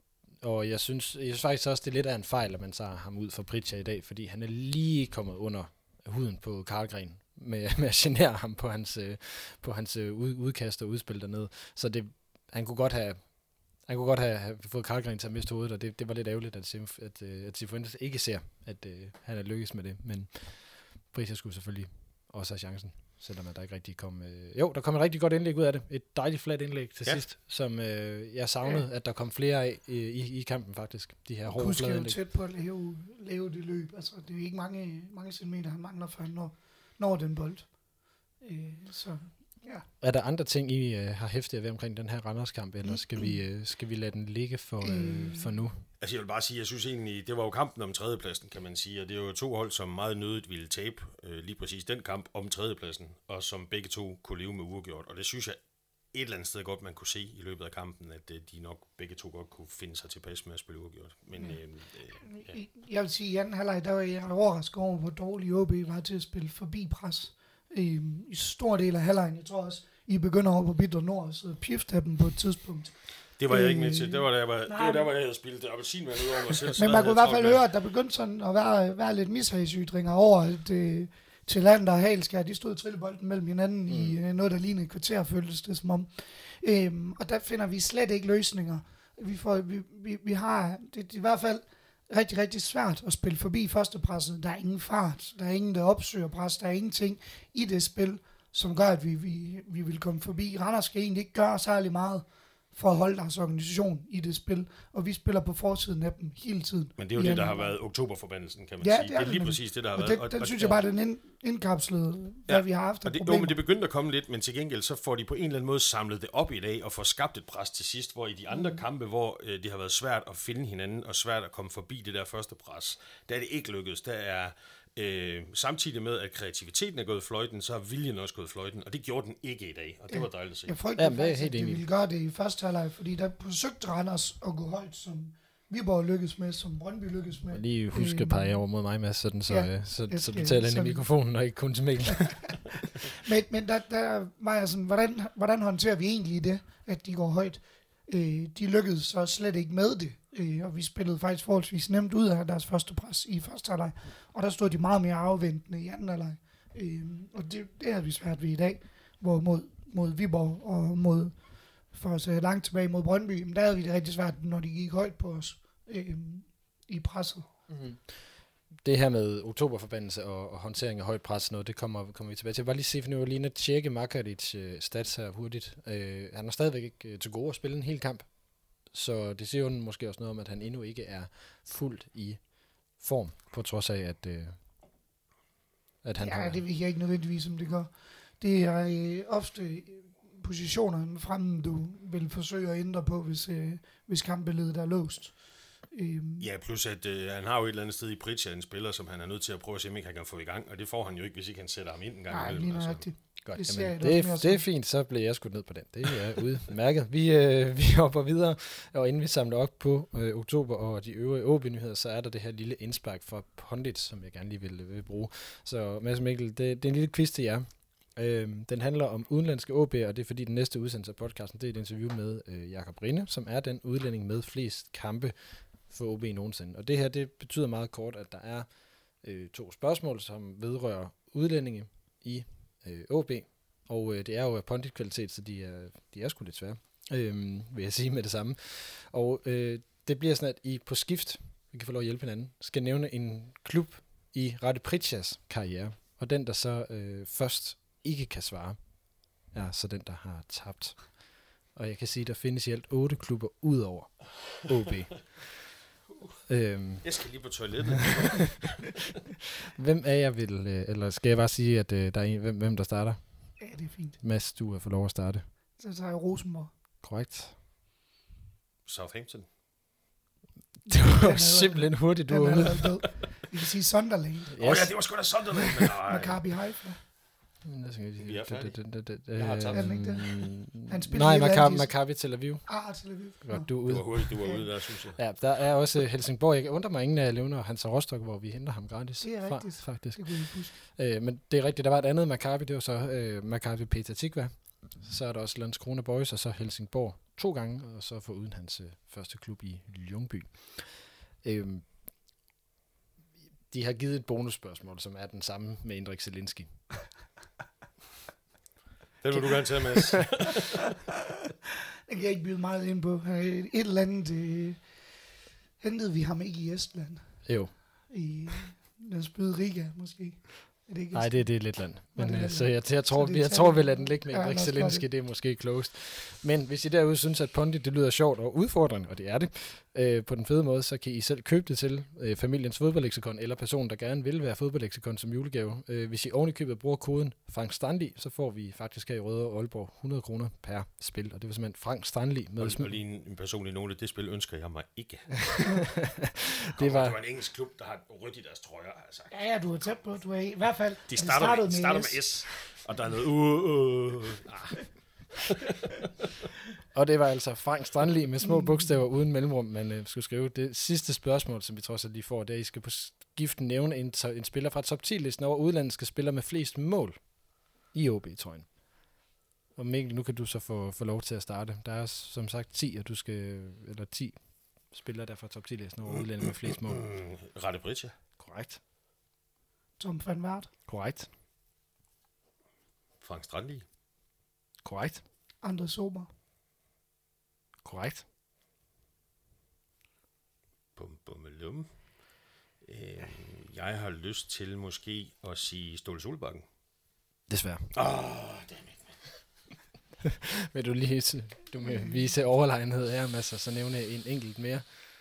og jeg synes, jeg synes faktisk også, det er lidt af en fejl, at man tager ham ud for Pritja i dag, fordi han er lige kommet under huden på Karlgren med, med at genere ham på hans, øh, på hans øh, ud, udkast og udspil dernede. Så det, han kunne godt have... Han kunne godt have, have fået Karlgren til at miste hovedet, og det, det var lidt ærgerligt, at, at, at Cifuentes ikke ser, at uh, han er lykkes med det. Men Pritja skulle selvfølgelig også have chancen, selvom der ikke rigtig kom... Øh, jo, der kom et rigtig godt indlæg ud af det. Et dejligt flat indlæg til ja. sidst, som øh, jeg savnede, ja. at der kom flere af i, i, i kampen faktisk. De her hårde flade indlæg. Kusk er jo tæt på at lave, lave det løb. Altså, det er jo ikke mange, mange centimeter, han mangler, for han når, når den bold. Øh, så... Ja. Er der andre ting, I øh, har hæftet ved omkring den her Randers-kamp, eller skal vi, øh, skal vi lade den ligge for, øh, for nu? Altså jeg vil bare sige, jeg synes egentlig, det var jo kampen om tredjepladsen, kan man sige, og det er jo to hold, som meget nødigt ville tabe øh, lige præcis den kamp om tredjepladsen, og som begge to kunne leve med uafgjort, og det synes jeg et eller andet sted godt, man kunne se i løbet af kampen, at øh, de nok begge to godt kunne finde sig tilpas med at spille uafgjort. Men, øh, øh, ja. Jeg vil sige, i anden halvleg, der var jeg overrasket over, hvor dårlig O B var til at spille forbi pres. I, i stor del af halvlejen, jeg tror også, I begynder over på Bitter Nord, så pifte dem på et tidspunkt. Det var jeg ikke med til. Det var der, jeg var, det var der, hvor jeg havde spillet appelsinvand ud over mig selv. Men man kunne i hvert fald høre, at der begyndte sådan at være, være lidt mishagsytringer over, at øh, til land og Halskær, de stod trillebolden mellem hinanden mm. i øh, noget, der lignede et kvarter, føltes det som om. Øhm, og der finder vi slet ikke løsninger. Vi, får, vi, vi, vi har, det, det er i hvert fald rigtig, rigtig svært at spille forbi førstepresset. Der er ingen fart, der er ingen, der opsøger pres, der er ingenting i det spil, som gør, at vi, vi, vi vil komme forbi. Randers skal egentlig ikke gøre særlig meget for at holde deres organisation i det spil, og vi spiller på forsiden af dem hele tiden. Men det er jo det, der har været oktoberforbandelsen, kan man ja, sige. Det er, det er lige præcis det, der har og været. Den, og, den og, synes jeg bare, den ind, indkapslede, hvad ja, vi har haft af det, problemer. Jo, men det begyndte at komme lidt, men til gengæld så får de på en eller anden måde samlet det op i dag, og får skabt et pres til sidst, hvor i de andre mm. kampe, hvor øh, det har været svært at finde hinanden, og svært at komme forbi det der første pres, der er det ikke lykkedes. Der er Øh, samtidig med, at kreativiteten er gået fløjten, så har viljen også gået fløjten, og det gjorde den ikke i dag, og det ja, var dejligt at se. Jeg frygter ja, faktisk, at de ville gøre det i første halvleg, fordi der forsøgte Randers at gå højt, som Viborg lykkedes med, som Brøndby lykkedes med. Jeg lige huske et par år mod mig, Mads, sådan, så, ja, så, så, så du ja, taler ind i mikrofonen, og ikke kun til Mikkel. men men der, der var jeg sådan, hvordan, hvordan håndterer vi egentlig det, at de går højt? Øh, de lykkedes så slet ikke med det, øh, og vi spillede faktisk forholdsvis nemt ud af deres første pres i første halvleg, og der stod de meget mere afventende i anden halvleg. Øh, og det, det havde vi svært ved i dag, hvor mod, mod Viborg og mod, for os langt tilbage mod Brøndby, men der havde vi det rigtig svært, når de gik højt på os øh, i presset. Mm-hmm. Det her med oktoberforbandelse og, og håndtering af højt pres, noget, det kommer, kommer vi tilbage til. Jeg vil bare lige se, for nu lige at tjekke Markaric uh, stats her hurtigt. Uh, han har stadigvæk ikke uh, til gode at spille en hel kamp, så det siger jo måske også noget om, at han endnu ikke er fuldt i form, på trods af, at, uh, at han ja, har... Ja, det vil jeg ikke nødvendigvis, om det gør. Det er øh, ofte positionerne fremme, du vil forsøge at ændre på, hvis, øh, hvis kampbilledet er låst. Øhm. Ja, plus at øh, han har jo et eller andet sted i Pritja en spiller, som han er nødt til at prøve at se, om ikke han kan få i gang, og det får han jo ikke, hvis ikke han sætter ham ind en gang. Nej, imellem, lige altså. nøjagtigt. Godt, Det ser jamen, jeg da det, også mere er, det er som. fint, så bliver jeg skudt ned på den. Det er udmærket. Vi, øh, vi hopper videre, og inden vi samler op på øh, oktober og de øvrige O B-nyheder, så er der det her lille indspark fra Pundit, som jeg gerne lige vil, vil bruge. Så Mads og Mikkel, det, det er en lille quiz til jer. Øhm, den handler om udenlandske O B'er, og det er fordi den næste udsendelse af podcasten, det er et interview med øh, Jakob Rinde, som er den udlænding med flest kampe for O B nogensinde. Og det her, det betyder meget kort, at der er øh, to spørgsmål, som vedrører udlændinge i øh, O B, og øh, det er jo af Pundit-kvalitet, så de er, de er sgu lidt svære, øh, vil jeg sige med det samme. Og øh, det bliver sådan, at I på skift, vi kan få lov at hjælpe hinanden, skal nævne en klub i Rade Pritchas karriere, og den, der så øh, først ikke kan svare, er så den, der har tabt. Og jeg kan sige, at der findes i alt otte klubber ud over O B. øhm, Jeg skal lige på toilettet. hvem af jer vil, øh, eller skal jeg bare sige, at øh, der er en, hvem, hvem der starter? Ja, det er fint. Mads, du er for lov at starte. Så tager jeg Rosenborg. Korrekt. Southampton. Det var Den er- simpelthen hurtigt, du Den var er ude. allerede død. Vi kan sige Sunderland. Åh yes. oh, ja, det var sgu da sådan, men nej. Maccabi Haifa. Vi er færdige. Jeg har tabt. Er den ikke det? Han spillede Nej, i Maccabi, Atlantis. Maccabi Tel Aviv. Ah, Tel Aviv. Godt, du er Du ude. var hurtigt, du var ude der, synes jeg. Ja, der er også Helsingborg. Jeg undrer mig ingen af Levner og Hans Rostock, hvor vi henter ham gratis. Det er fra, rigtigt. faktisk. Det kunne jeg huske. Øh, men det er rigtigt, der var et andet Maccabi, det var så øh, Maccabi Petah Tikva. Så er der også Landskrona Boys, og så Helsingborg to gange, og så foruden hans øh, første klub i Ljungby. Øh, de har givet et bonusspørgsmål, som er den samme med Indrik Zelinski. Den vil du gerne tage, Mads. Det kan jeg ikke byde meget ind på. Øh, Et eller andet øh, hentede vi ham ikke i Estland. Jo, I den spøde Riga, måske. Er det ikke nej, det, det er Letland. Men, det er øh, Letland. så jeg, jeg tror, Så det er jeg tror, vi Letland. lader den ligge med Ja, Indrik lad os gøre Zelinski, det. det er måske closed. Men hvis I derude synes, at Pundit det lyder sjovt og udfordrende, og det er det, øh, på den fede måde, så kan I selv købe det til øh, familiens fodboldleksikon, eller personen, der gerne vil være fodboldleksikon som julegave. Øh, hvis I oven i købet bruger koden Frank Strandli, så får vi faktisk her i Røde og Aalborg hundrede kroner per spil, og det var simpelthen Frank Strandli med Og, sm- og lige en, en personlig note, det spil ønsker jeg mig ikke. det var, Det var en engelsk klub, der har rødt i deres trøjer, har jeg sagt. Ja, ja, du har tæt på. Du er i, i hvert fald... De han starter, startede med, de starter med S, og der er noget... Uh, uh, ah. Og det var altså Frank Strandli med små bogstaver uden mellemrum, man øh, skulle skrive. Det sidste spørgsmål, som vi trods alt lige får, det er, at I skal på skiften nævne en, to- en spiller fra top ti-listen over udlandske spillere med flest mål i O B-trøjen. Og Mikkel, nu kan du så få, få lov til at starte. Der er som sagt ti, og du skal, eller ti spillere der fra top ti-listen over udlændinge med flest mål. Mm, Rade Pritcha. Korrekt. Tom van Waart. Korrekt. Frank Strandli. Korrekt. Andre Sober. Korrekt. Bum, bummelum. Øh, jeg har lyst til måske at sige Ståle Solbakken. Desværre. Åh, oh, dammit. Vil du lige du må vise overlegenhed her, Mads, og så nævne en enkelt mere?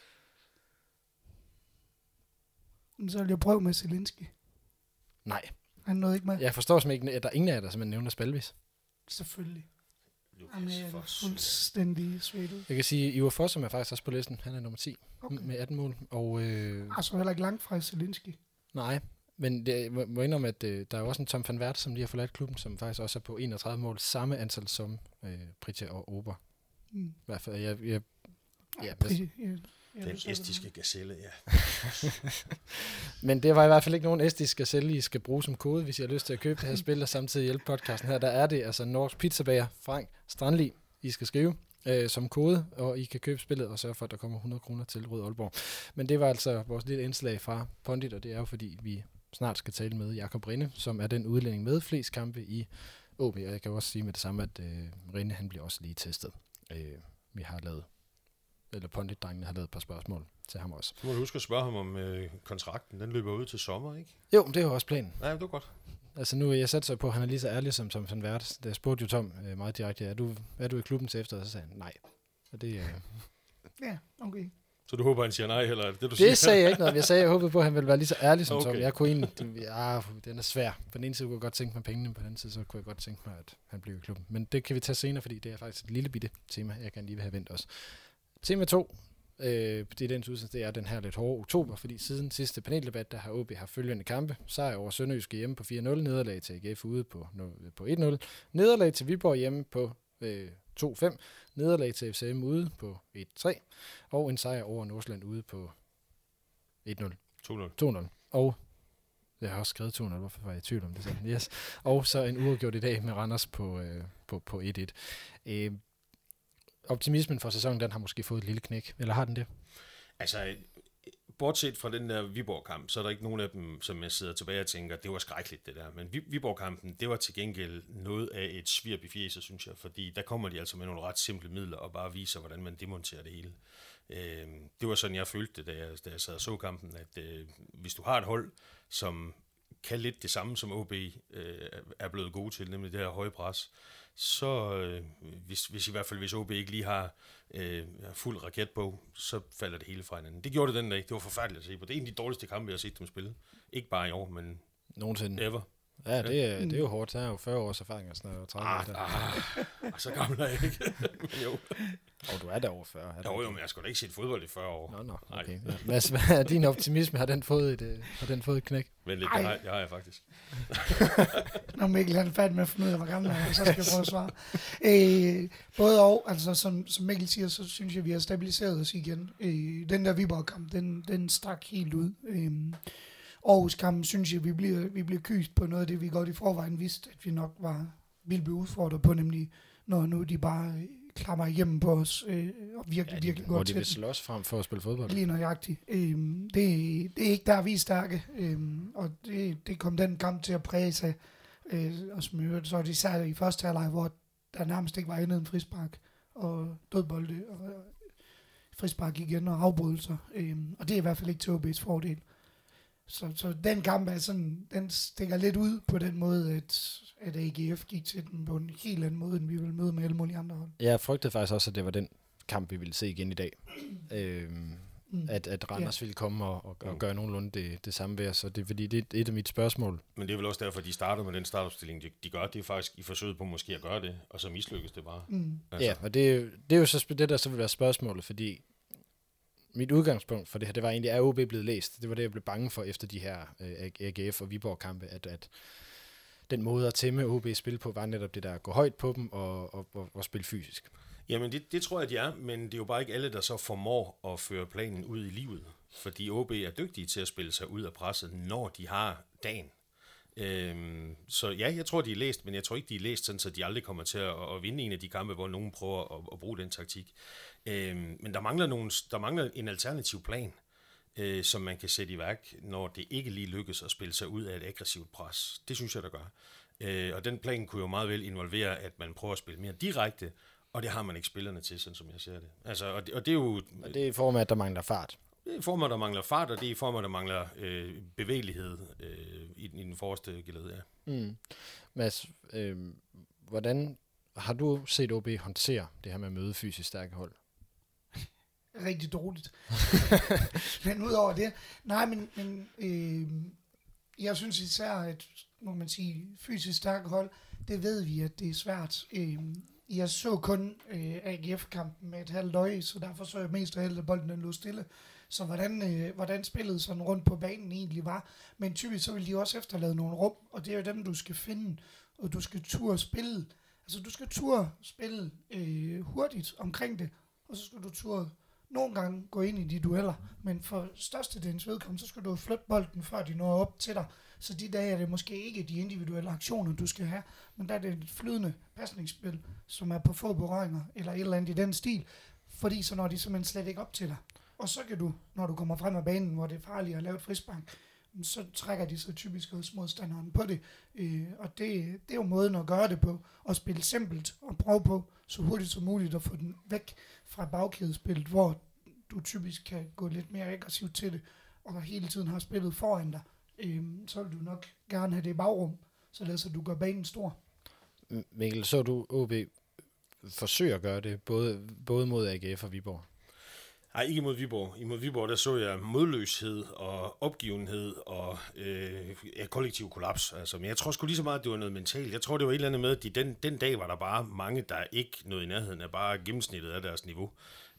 Så vil jeg prøve med Zelinski. Nej. Han nåede ikke med. Jeg forstår simpelthen ikke, at der er ingen af jer, der simpelthen nævner Spalvis. Selvfølgelig. Han Lukas er Foss. fuldstændig svedt ud. Jeg kan sige, at Ivar Fossum er faktisk også på listen. Han er nummer ti Okay. med atten mål. Og øh, Altså heller ikke langt fra Zelinski. nej, men det, må, må indrømme, at øh, der er også en Tom van Waart, som lige har forladt klubben, som faktisk også er på enogtredive mål. Samme antal som øh, Pritja og Ober. Mm. I hvert fald, jeg, jeg, ja, Ja, hvis, ja, ja, ja, Den så er det estiske gazelle, ja. men det var i hvert fald ikke nogen estisk gazelle, I skal bruge som kode, hvis I har lyst til at købe det her spil, og samtidig hjælpe podcasten her. Der er det altså Norsk Pizzabager Frank Strandli, I skal skrive øh, som kode, og I kan købe spillet og sørge for, at der kommer hundrede kroner til Rød Aalborg. Men det var altså vores lille indslag fra Pundit, og det er jo fordi, vi snart skal tale med Jakob Rinde, som er den udlænding med flest kampe i O B. Og jeg kan også sige med det samme, at øh, Rinde, han bliver også lige testet. Øh, vi har lavet, eller Pundit-drengene har lavet et par spørgsmål til ham også. Så må du huske at spørge ham om øh, kontrakten. Den løber ud til sommer, ikke? Jo, det er jo også planen. Nej, det var godt. Altså nu, jeg satte så på, at han er lige så ærlig som Tom van Waart. Da jeg spurgte jo Tom øh, meget direkte, er du, er du i klubben til efter? Og så sagde han nej. Og det, øh, Ja, okay. Så du håber, han siger nej, eller er det det, du siger? det sagde jeg ikke noget. Jeg sagde, jeg håbede på, at han ville være lige så ærlig som Okay. Tom. Jeg kunne egentlig, ja, den er svær. På den ene side kunne jeg godt tænke mig pengene, på den anden side så kunne jeg godt tænke mig, at han blev i klubben. Men det kan vi tage senere, fordi det er faktisk et lille bitte tema, jeg gerne lige vil have vendt også. Tema to. øh, i den udsendelse, det er den her lidt hårde oktober, fordi siden sidste paneldebat, der har O B haft følgende kampe. Sejr over Sønderjyske hjemme på fire nul, nederlag til A G F ude på, på et nul, nederlag til Viborg hjemme på øh, to fem, nederlag til F C M ude på et tre, og en sejr over Nordsjælland ude på et nul. to nul. to nul. Og jeg har også skrevet to nul, hvorfor var jeg i tvivl om det så? Yes. Og så en uafgjort i dag med Randers på, øh, på, på et et. Øh, optimismen for sæsonen, den har måske fået et lille knæk, eller har den det? Altså, bortset fra den der Viborg-kamp, så er der ikke nogen af dem, som jeg sidder tilbage og tænker, det var skrækkeligt det der. Men Viborg-kampen, det var til gengæld noget af et svirp i fjeset, synes jeg, fordi der kommer de altså med nogle ret simple midler og bare viser, hvordan man demonterer det hele. Øh, det var sådan, jeg følte det, da jeg, da jeg sad og så kampen, at øh, hvis du har et hold, som kan lidt det samme, som O B øh, er blevet gode til, nemlig det her høje pres, så øh, hvis, hvis i hvert fald hvis O B ikke lige har øh, fuld raket på, så falder det hele fra hinanden. Det gjorde det den dag. Det var forfærdeligt at se på. Det er en af de dårligste kampe, jeg har set dem spille. Ikke bare i år, men nogensinde. Ever. Ja, det er, det er jo hårdt. Der er jo fyrre års erfaring og sådan noget. Ah, ah, så gammel er jeg ikke. Men jo. Og du er der over fyrre. Jo, jo, men jeg skulle da ikke set fodbold i fyrre år. Nå, nå, okay. Ja. Mads, hvad er din optimisme? Har den fået et, har den fået et knæk? Vent lidt, det har, det har jeg faktisk. Når Mikkel han er færdig med at finde ud af, hvor gammel er, så skal jeg prøve at svare. Øh, både og, altså som, som Mikkel siger, så synes jeg, vi har stabiliseret os igen. Øh, den der Viborg-kamp, den, den stak helt ud. Øh, Aarhus-kampen synes jeg, vi bliver, vi bliver kyst på noget af det, vi godt i forvejen vidste, at vi nok var, ville blive udfordret på, nemlig når nu de bare klammer igennem på os, øh, og virkelig, ja, virkelig godt til. Hvor de vil slås frem for at spille fodbold. Lige nøjagtigt. Øhm, det, det er ikke der, vi er stærke, øhm, og det, det kom den kamp til at præge sig. Øh, og smøre, så er det især i første halvleg, hvor der nærmest ikke var andet end frispark og dødbolde, og frispark igen og afbrydelser. Øhm, og det er i hvert fald ikke til O B's fordel. Så, så den kamp er sådan, den stikker lidt ud på den måde, at, at A G F gik til den på en helt anden måde, end vi ville møde med alle mulige andre hold. Jeg frygtede faktisk også, at det var den kamp, vi ville se igen i dag. øhm, mm. At, at Randers ja. ville komme og, og, og gøre nogenlunde det, det samme ved os. Så det er fordi, det er et af mit spørgsmål. Men det er vel også derfor, de starter med den startopstilling, de, de gør. Det er faktisk i forsøget på måske at gøre det, og så mislykkes det bare. Mm. Altså. Ja, og det er, jo, det er jo så det, der så vil være spørgsmålet, fordi mit udgangspunkt for det her, det var egentlig, at O B blevet læst. Det var det, jeg blev bange for efter de her øh, A G F og Viborg-kampe, at, at den måde at tæmme O B spil på, var netop det der at gå højt på dem og, og, og, og spille fysisk. Jamen, det, det tror jeg, de er, men det er jo bare ikke alle, der så formår at føre planen ud i livet. Fordi O B er dygtige til at spille sig ud af presset, når de har dagen. Øhm, så ja, jeg tror, de er læst, men jeg tror ikke, de er læst sådan, så de aldrig kommer til at, at vinde en af de kampe, hvor nogen prøver at, at bruge den taktik. Øhm, men der mangler, nogle, der mangler en alternativ plan, øh, som man kan sætte i værk, når det ikke lige lykkes at spille sig ud af et aggressivt pres. Det synes jeg, der gør. Øh, og den plan kunne jo meget vel involvere, at man prøver at spille mere direkte, og det har man ikke spillerne til, sådan som jeg ser det. Altså, og, det og det er jo... Og det er i form af, at der mangler fart. Det er i form af, der mangler fart, og det er i form af, der mangler øh, bevægelighed øh, i, i den forreste gelede, ja. Mm. Mads, øh, hvordan har du set O B håndtere det her med at møde fysisk stærke hold? Rigtig dårligt. Men udover det, nej, men, men øh, jeg synes især, at må man sige, fysisk stærke hold, det ved vi, at det er svært. Øh, jeg så kun øh, A G F-kampen med et halvt øje, så derfor så jeg mest af alt, at bolden den lå stille. Så hvordan, øh, hvordan spillet sådan rundt på banen egentlig var. Men typisk så vil de også efterlade nogle rum, og det er jo dem, du skal finde, og du skal turde spille. Altså du skal turde spille øh, hurtigt omkring det, og så skal du turde nogle gange gå ind i de dueller, men for størstedelens vedkommende, så skal du flytte bolden, før de når op til dig. Så de dage er det måske ikke de individuelle aktioner, du skal have, men der er det et flydende pasningsspil, som er på få berøringer, eller et eller andet i den stil, fordi så når de simpelthen slet ikke op til dig. Og så kan du, når du kommer frem af banen, hvor det er farligt at lave et frispark, så trækker de så typisk også modstanderen på det. Øh, og det, det er jo måden at gøre det på, at spille simpelt og prøve på så hurtigt som muligt at få den væk fra bagkædespillet, hvor du typisk kan gå lidt mere aggressivt til det, og hele tiden har spillet foran dig. Øh, så vil du nok gerne have det i bagrum, således at du gør banen stor. Mikkel, så du O B forsøge at gøre det, både, både mod A G F og Viborg? Nej, ikke imod Viborg. Imod Viborg, der så jeg modløshed og opgivenhed og øh, ja, kollektiv kollaps. Altså, men jeg tror sgu lige så meget, at det var noget mentalt. Jeg tror, det var et eller andet med, at de, den, den dag var der bare mange, der ikke nåede i nærheden af bare gennemsnittet af deres niveau.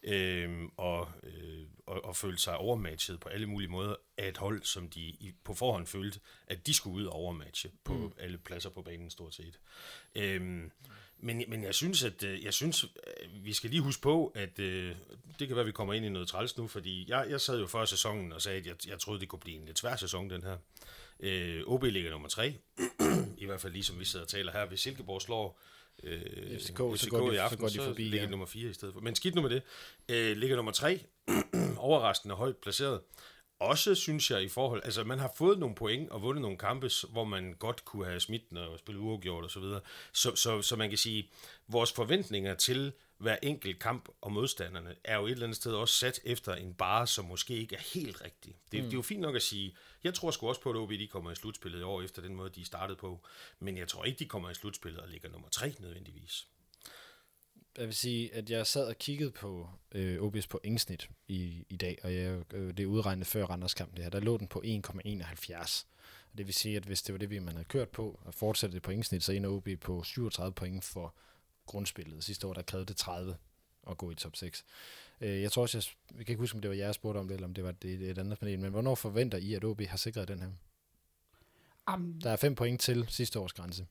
øh, og, øh, og, og følte sig overmatchet på alle mulige måder af et hold, som de i, på forhånd følte, at de skulle ud og overmatche på mm. alle pladser på banen stort set. Øh, men, men jeg synes, at jeg synes, vi skal lige huske på, at øh, det kan være, at vi kommer ind i noget træls nu, fordi jeg, jeg sad jo før sæsonen og sagde, at jeg, jeg troede, det kunne blive en lidt svær sæson, den her. Øh, O B ligger nummer tre, i hvert fald ligesom vi sidder og taler her. Hvis Silkeborg slår øh, F C K, F C K så går de, i aften, så, går de så forbi, ligger ja. nummer fire i stedet for. Men skidt nu med det. Øh, ligger nummer tre, overraskende højt placeret. Også synes jeg i forhold, altså man har fået nogle point og vundet nogle kampe, hvor man godt kunne have smidt den og spillet uafgjort og så videre. Så, så, så man kan sige, vores forventninger til hver enkelt kamp og modstanderne er jo et eller andet sted også sat efter en barre, som måske ikke er helt rigtig. Det, mm. det er jo fint nok at sige, jeg tror sgu også på, at O B de kommer i slutspillet i år efter den måde, de startede på. Men jeg tror ikke, de kommer i slutspillet og ligger nummer tre nødvendigvis. Jeg vil sige, at jeg sad og kiggede på øh, O B's pointsnit i, i dag, og jeg, øh, det er udregnet før Randers kamp det her. Der lå den på en komma enoghalvfjerds. Det vil sige, at hvis det var det, vi man havde kørt på, og fortsætte det pointsnit, så ender O B på syvogtredive point for grundspillet. Sidste år, der krævede det tredive at gå i top seks. Øh, jeg tror også, jeg, jeg kan ikke huske, om det var jeres spurgte om det, eller om det var det, et andet panel, men hvornår forventer I, at O B har sikret den her? Um, Der er fem point til sidste års grænse.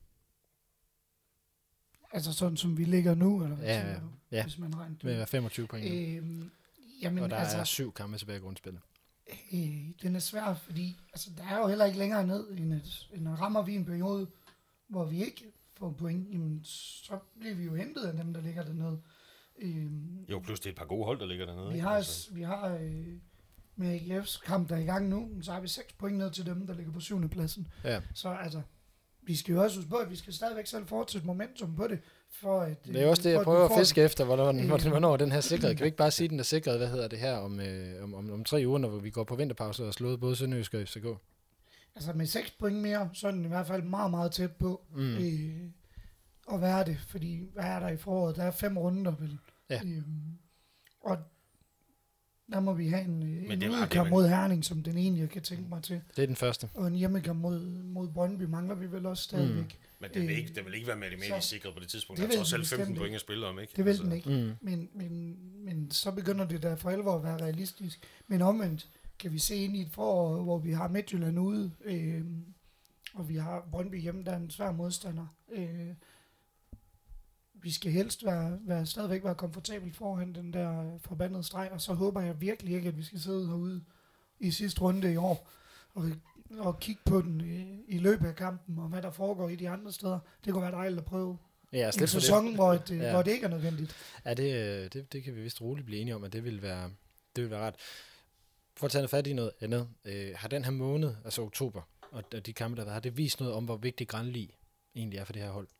Altså sådan, som vi ligger nu, eller hvad Ja, siger ja, du, ja. hvis man regner det. Med femogtyve point. Øhm, jamen, og der altså, er syv kampe tilbage i grundspillet. Øh, den er svær, fordi altså, der er jo heller ikke længere ned, end, et, end at rammer vi en periode, hvor vi ikke får point, jamen, så bliver vi jo hentet af dem, der ligger dernede. Øhm, Jo, plus det er et par gode hold, der ligger dernede. vi ikke? har, Altså. vi har øh, med A G F's kamp, der er i gang nu, så har vi seks point ned til dem, der ligger på syvende pladsen. Ja. Så altså, vi skal jo også huske på, at vi skal stadigvæk selv fortsætte momentum på det, for at... Det er også det, for jeg at prøver vi at får- fiske efter, hvornår, Øh. hvornår, hvornår den her sikret. Kan vi ikke bare sige, den er sikret, hvad hedder det her, om, øh, om, om, om tre uger, når vi går på vinterpause og har slået både Sønderjysk og F C K? Altså med seks point mere, så er den i hvert fald meget, meget tæt på Mm. øh, at være det, fordi hvad er der i foråret? Der er fem runder, vel? Ja. Øhm, og der må vi have en, øh, en det var- udkamp det var- mod Herning, som den egentlig jeg kan tænke mig til. Det er den første. Og en hjemmekamp mod, mod Brøndby mangler vi vel også stadigvæk. Men det vil, Øh, ikke, det vil ikke være matematisk så- sikret på det tidspunkt. det Der er vil trods den alt femten bestemt point ikke. at spille om, ikke? Det vil Altså, den ikke. Mm. Men, men, men så begynder det da for alvor at være realistisk. Men omvendt kan vi se ind i et forår, hvor vi har Midtjylland ude, øh, og vi har Brøndby hjemme, der er en svær modstander. Øh, vi skal helst være, være, stadigvæk være komfortabelt foran den der forbandede streg, og så håber jeg virkelig ikke, at vi skal sidde herude i sidste runde i år, og, og kigge på den i, i løbet af kampen, og hvad der foregår i de andre steder. Det kunne være dejligt at prøve Ja, en slet for sæson, det. hvor, et, Ja. ja. hvor det ikke er nødvendigt. Ja, det, øh, det, det kan vi vist roligt blive enige om, at det vil være, det vil være ret. For at tage noget fat i noget andet, øh, har den her måned, altså oktober, og, og de kampe, der har været, har det vist noget om, hvor vigtig Granli egentlig er for det her hold?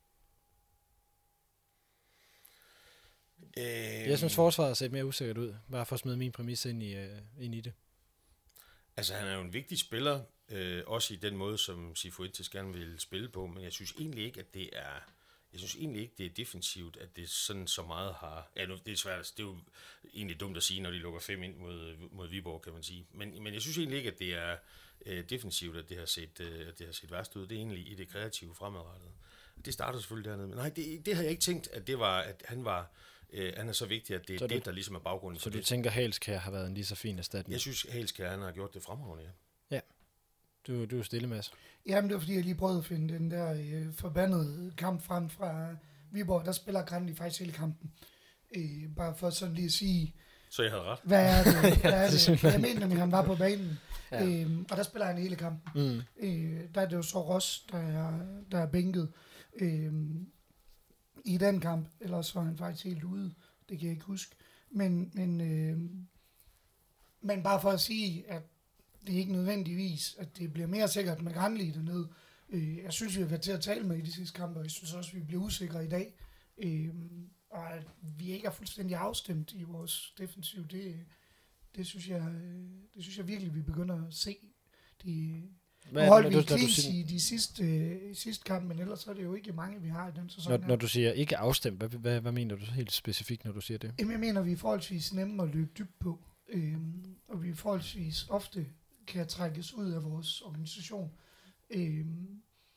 Øh, Jeg synes, forsvaret har set mere usikkert ud, bare for at smide min præmis ind i, øh, ind i det. Altså, han er jo en vigtig spiller, øh, også i den måde, som Cifuentes gerne vil spille på, men jeg synes egentlig ikke, at det er... Jeg synes egentlig ikke, det er defensivt, at det sådan så meget har... Ja, nu, det er svært. Det er jo egentlig dumt at sige, når de lukker fem ind mod, mod Viborg, kan man sige. Men, men jeg synes egentlig ikke, at det er øh, defensivt, at det har set, øh, at det har set værst ud. Det er egentlig i det kreative fremadrettet. Det starter selvfølgelig dernede. Men nej, det, det har jeg ikke tænkt, at det var, at han var... Øh, han er så vigtig, at det er Så du- det, der ligesom er baggrunden Så for du det. tænker, Halskær har været en lige så fin erstatning? Jeg synes, Halskær, han har gjort det fremragende, ja. Du, du er stille, Mads. Jamen, det var fordi, jeg lige prøvede at finde den der øh, forbandede kamp frem fra Viborg. Der spiller Grandi faktisk hele kampen. Øh, bare for sådan lige at sige, Så jeg havde ret. hvad er det? Hvad er det er det? simpelthen- Jeg mener, at han var på banen. Ja. Ja. Øh, og der spiller han hele kampen. Mm. Øh, der er det jo så Ross, der er, der er bænket øh, i den kamp. Ellers var han faktisk helt ude. Det kan jeg ikke huske. Men, men, øh, men bare for at sige, at det er ikke nødvendigvis, at det bliver mere sikkert med Granli dernede. Øh, jeg synes, vi har været til at tale med i de sidste kampe, og jeg synes også, vi bliver usikre i dag. Øh, og at vi ikke er fuldstændig afstemt i vores defensiv, det, det, synes, jeg, øh, det synes jeg virkelig, vi begynder at se. De, Hvad nu er holdt det, vi når du, når, du, clean siger- i de sidste, øh, i sidste kamp, men ellers så er det jo ikke mange, vi har i den sæson. når, her. når du siger ikke afstemt, hvad, hvad, hvad mener du så helt specifikt, når du siger det? Jamen, jeg mener, vi er forholdsvis nemme at løbe dybt på, øhm, og vi er forholdsvis ofte kan trækkes ud af vores organisation. Øhm,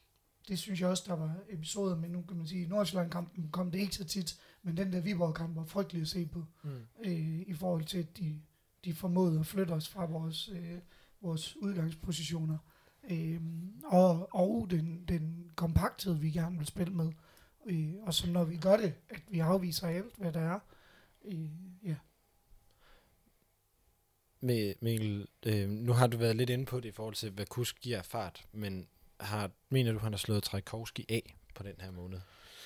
det synes jeg også, der var episoder, men nu kan man sige, i Nordsjælland-kampen kom det ikke så tit, men den der Viborg-kamp var frygtelig at se på, mm. øh, i forhold til, at de, de formåede at flytte os fra vores, øh, vores udgangspositioner. Øh, og og den, den kompakthed, vi gerne vil spille med. Øh, og så når vi gør det, at vi afviser alt, hvad der er. Øh, ja. Med Mikkel, øh, nu har du været lidt inde på det i forhold til, hvad Kusk giver fart, men har, mener du, han har slået Trajkovski af på den her måned?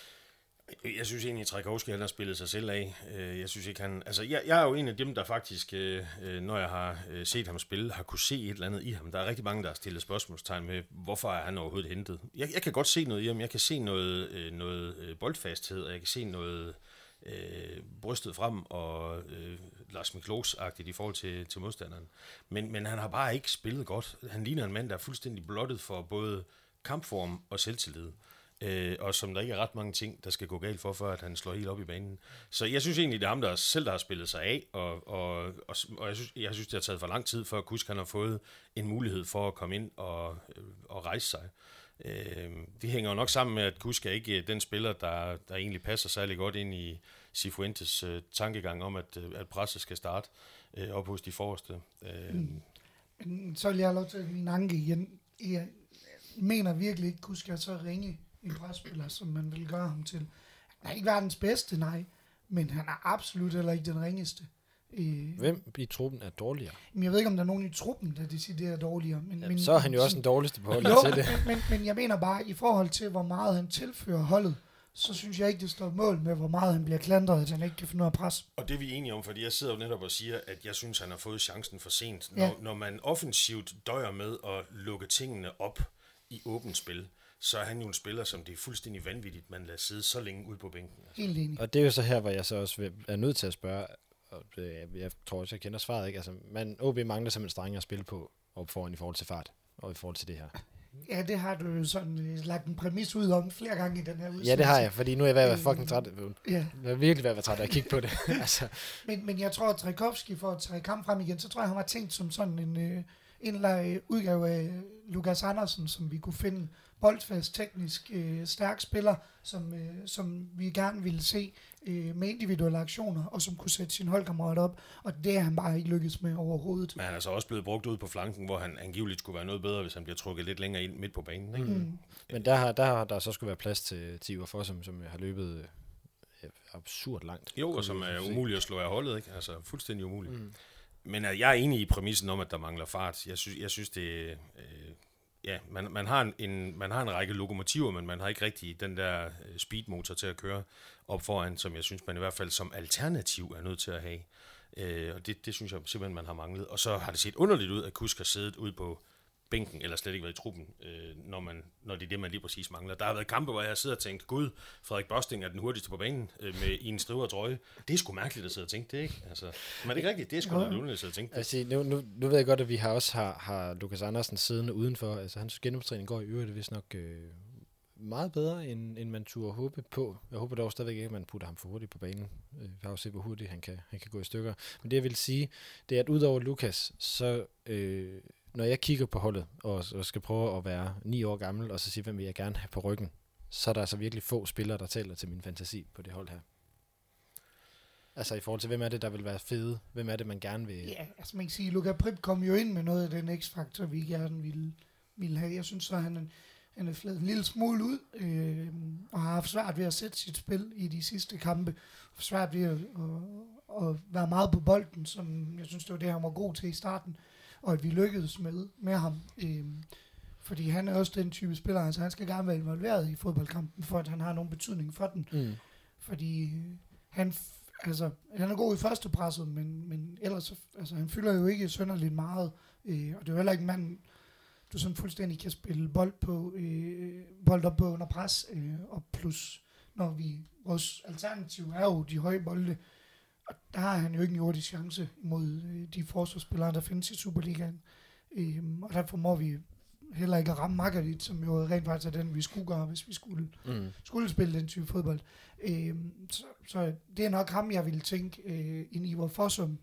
Jeg synes egentlig, at Trajkovski har spillet sig selv af. Jeg synes ikke, han... Altså, jeg, jeg er jo en af dem, der faktisk, når jeg har set ham spille, har kunne se et eller andet i ham. Der er rigtig mange, der har stillet spørgsmålstegn med, hvorfor er han overhovedet hentet. Jeg, jeg kan godt se noget i ham. Jeg kan se noget, noget boldfasthed, og jeg kan se noget øh, brystet frem og øh, Lars Miklos-agtigt i forhold til, til modstanderen. Men, men han har bare ikke spillet godt. Han ligner en mand, der er fuldstændig blottet for både kampform og selvtillid. Øh, og som der ikke er ret mange ting, der skal gå galt for, for at han slår helt op i banen. Så jeg synes egentlig, det er ham, der selv der har spillet sig af, og, og, og, og jeg, synes, jeg synes, det har taget for lang tid, før Kusk han har fået en mulighed for at komme ind og, og rejse sig. Øh, det hænger jo nok sammen med, at Kusk er ikke den spiller, der, der egentlig passer særlig godt ind i Cifuentes øh, tankegang om, at, at presset skal starte øh, op hos de forreste. Øh, mm. Men så vil jeg have lov til at min anke igen. Jeg mener virkelig ikke, Kusk er så ringe en presspiller, som man vil gøre ham til. Han er ikke verdens bedste, nej, men han er absolut heller ikke den ringeste. Øh, Hvem i truppen er dårligere? Men jeg ved ikke, om der er nogen i truppen, der deciderer dårligere. Men, ja, men, så er han jo også den dårligste på holdet jo, til det. Men, men, men jeg mener bare, i forhold til, hvor meget han tilfører holdet, så synes jeg ikke, det står mål med, hvor meget han bliver klandret, at han ikke kan finde ud af pres. Og det er vi enige om, fordi jeg sidder jo netop og siger, at jeg synes, han har fået chancen for sent. Når, ja. når man offensivt døjer med at lukke tingene op i åbent spil, så er han jo en spiller, som det er fuldstændig vanvittigt, man lader sidde så længe ude på bænken. Helt enig. Og det er jo så her, hvor jeg så også er nødt til at spørge, og jeg tror også, jeg kender svaret, ikke? Altså, man, O B mangler simpelthen strenge at spille på op foran i forhold til fart, og i forhold til det her. Ja, det har du jo sådan uh, lagt en præmis ud om flere gange i den her udsendelse. Ja, det har jeg, fordi nu er jeg ved at være fucking træt. Ja. Jeg er virkelig ved at være træt af at kigge på det. altså. men, men jeg tror, at Trajkovski, for at tage kamp frem igen, så tror jeg, han var tænkt som sådan en, uh, en eller udgave af Lukas Andersen, som vi kunne finde boldfast, teknisk øh, stærk spiller, som, øh, som vi gerne ville se øh, med individuelle aktioner, og som kunne sætte sin holdkammerat op, og det er han bare ikke lykkedes med overhovedet. Men han er så også blevet brugt ud på flanken, hvor han angiveligt skulle være noget bedre, hvis han bliver trukket lidt længere ind midt på banen. Ikke? Mm. Men der har, der har der så skulle være plads til Tiver for, som, som har løbet øh, absurd langt. Jo, og som er umuligt at slå af holdet, ikke? Altså fuldstændig umuligt. Mm. Men jeg er enig i præmissen om, at der mangler fart. Jeg synes, jeg synes det øh, ja, man, man, har en, man har en række lokomotiver, men man har ikke rigtig den der speedmotor til at køre op foran, som jeg synes, man i hvert fald som alternativ er nødt til at have. Øh, og det, det synes jeg simpelthen, man har manglet. Og så har det set underligt ud, at Kusk har siddet ude på bænken, eller slet ikke været i truppen, øh, når, man, når det er det, man lige præcis mangler. Der har været kampe, hvor jeg sidder og tænkt, gud, Frederik Bosting er den hurtigste på banen øh, med i en striver trøje. Det er sgu mærkeligt at sidde og tænke det, ikke? Altså, men er det ikke rigtigt? Det er sgu da underligt at sidde og tænke det. Altså, nu, nu, nu ved jeg godt, at vi har også har, har Lukas Andersen siddende udenfor. Altså, hans genoptræning går i øvrigt vist nok øh, meget bedre, end, end man turde håbe på. Jeg håber dog stadigvæk ikke, at man putter ham for hurtigt på banen. Vi har jo set, hvor hurtigt han kan, han kan gå i stykker. Men det, jeg vil sige, det er, at udover Lukas, så... Øh, når jeg kigger på holdet, og, og skal prøve at være ni år gammel, og så sige, hvem vil jeg gerne have på ryggen, så er der altså virkelig få spillere, der tæller til min fantasi på det hold her. Altså i forhold til, hvem er det, der vil være fede? Hvem er det, man gerne vil... Ja, altså man kan sige, Luka Prip kom jo ind med noget af den x-faktor, vi gerne ville, ville have. Jeg synes så, han er, han er fladet en lille smule ud, øh, og har haft svært ved at sætte sit spil i de sidste kampe. Har svært ved at, at, at være meget på bolden, som jeg synes, det var det, han var god til i starten. Og at vi lykkedes med, med ham. Øhm, fordi han er også den type spiller, altså han skal gerne være involveret i fodboldkampen, for at han har nogen betydning for den. Mm. Fordi han, altså, han er god i første presset, men, men ellers, altså han fylder jo ikke synderligt meget. Øh, og det er jo heller ikke en mand, du sådan fuldstændig kan spille bold, på, øh, bold op på under pres. Øh, og plus, når vi, vores alternativ er jo de høje bolde, og der har han jo ikke en jordisk chance mod øh, de forsvarsspillere, der findes i Superligaen. Øhm, og derfor må vi heller ikke ramme Margarit, som jo rent faktisk er den, vi skulle gøre, hvis vi skulle, mm. skulle spille den type fodbold. Øhm, så, så det er nok ham, jeg ville tænke øh, en Ivar Fossum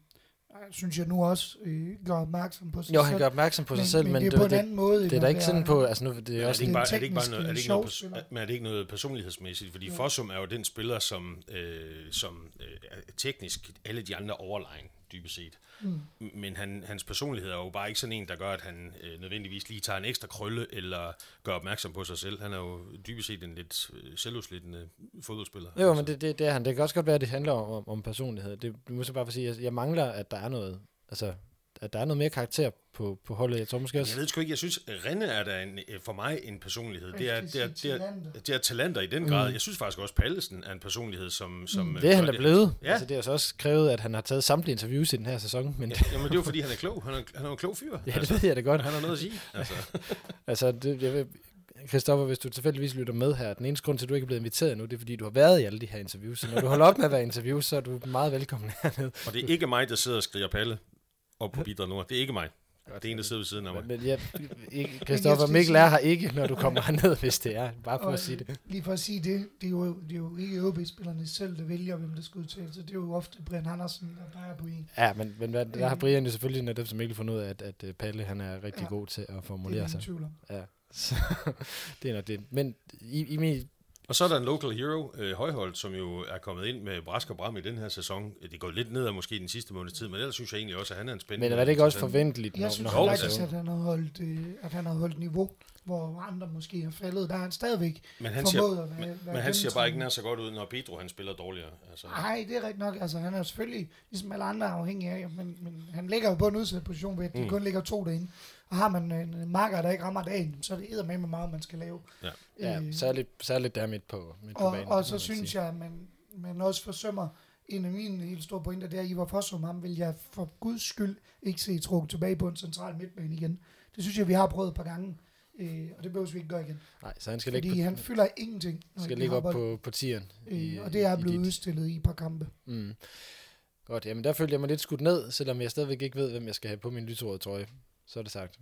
synes jeg nu også øh, gør opmærksom på sig Jo, selv. han gør opmærksom på sig men, selv, men, men det er på en det, anden måde. det er da ikke sådan på, altså nu, det er Men er også det ikke en bare, er det ikke bare teknisk, noget, er det ikke sjov noget, spiller. men er det ikke noget personlighedsmæssigt? Fordi Jo. Fossum er jo den spiller, som, øh, som øh, er teknisk alle de andre overlegen, dybest set. Mm. Men han, hans personlighed er jo bare ikke sådan en, der gør, at han øh, nødvendigvis lige tager en ekstra krølle, eller gør opmærksom på sig selv. Han er jo dybest set en lidt øh, selvudslittende fodboldspiller. Jo, men det, det, det er han. Det kan også godt være, at det handler om, om personlighed. Det, du må så bare få sige, at jeg, jeg mangler, at der er noget, altså, at der er noget mere karakter på, på holdet. Jeg tror måske også... Jeg ved sgu ikke, jeg synes, Renne er der en, for mig en personlighed. Det er, det er, det er, det er talenter i den grad. Mm. Jeg synes faktisk også, Pallesen er en personlighed, som... som Mm. Det er han da blevet. Ja. Altså, det er så også krævet, at han har taget samtlige interviews i den her sæson. Men... Ja, jamen, det er jo fordi, han er klog. Han er, han er jo en klog fyr. ja, det ved jeg da godt. Han har noget at sige. Altså. altså, det, jeg ved, Christoffer, hvis du tilfældigvis lytter med her, den eneste grund til, at du ikke er blevet inviteret nu, det er, fordi du har været i alle de her interviews. Så når du holder op med at være interviews, så er du meget velkommen hernede. Og det er ikke mig, der sidder og skriger Palle op på Bitre Nord. Det er ikke mig. Det er en, der sidder ved siden af mig. Men ja, Christoffer, Mikkel er her ikke, når du kommer herned, hvis det er. Bare for og at sige det. Lige for at sige det, det er jo, det er jo ikke O B-spillerne selv, der vælger, hvem der skal udtale sig. Det er jo ofte Brian Andersen, der peger på en. Ja, men, men hvad, der har Brian jo selvfølgelig netop som Mikkel fundet ud af, at, at Palle han er rigtig Ja. god til at Det er formulere ingen sig. tvivl om. Ja, så det er nok det. Men i, i min... Og så er der en local hero, øh, Højholdt, som jo er kommet ind med brask og bram i den her sæson. Det går lidt ned af måske den sidste måneds tid, men ellers synes jeg egentlig også, at han er en spændende... Men er det ikke også interessant- forventeligt, Jeg når, synes når han faktisk, er at han har holdt, øh, at han har holdt niveau, hvor andre måske har faldet. Der er han stadigvæk Men han formået siger, at være, men, være men han siger bare ikke gennemtrænet. nær så godt ud, når Pedro han spiller dårligere. Altså. Nej, det er rigtigt nok. Altså, han er jo selvfølgelig, ligesom alle andre, afhængig af, men, men han ligger jo på en udsat position ved, at de Mm. kun ligger to derinde. Og har man en marker, der ikke rammer dagen, så er det eddermame med meget, man skal lave. Ja. Ja, Øh, særligt, særligt der midt på, midt på og, banen. og må så man synes sige. jeg, at man, man også forsømmer en af mine helt store pointer, det er, at Ivar Fossum, ham vil jeg for guds skyld ikke se trukket tilbage på en central midtbane igen. Det synes jeg, vi har prøvet et par gange, øh, og det behøver vi ikke gøre igen. Nej, så han skal Fordi ligge på, han fylder ingenting. når skal vi ligge har op bold. på, på tieren. Øh, og det er blevet dit- udstillet i et par kampe. Mm. Godt, jamen der følte jeg mig lidt skudt ned, selvom jeg stadigvæk ikke ved, hvem jeg skal have på min lyserøde trøje. Så er det sagt.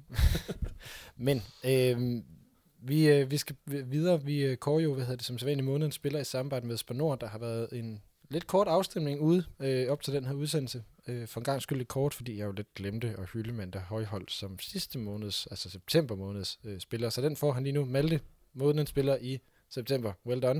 Men øh, vi, øh, vi skal videre. Vi øh, kårer jo, hvad hedder det, som sædvanlig måneden spiller i samarbejde med Spanor. Der har været en lidt kort afstemning ude øh, op til den her udsendelse. Øh, for en gang skyld lidt kort, fordi jeg jo lidt glemte at hylde Manda Højholdt som sidste måneds, altså september måneds øh, spiller. Så den får han lige nu. Malte, måneden spiller i september. Well done.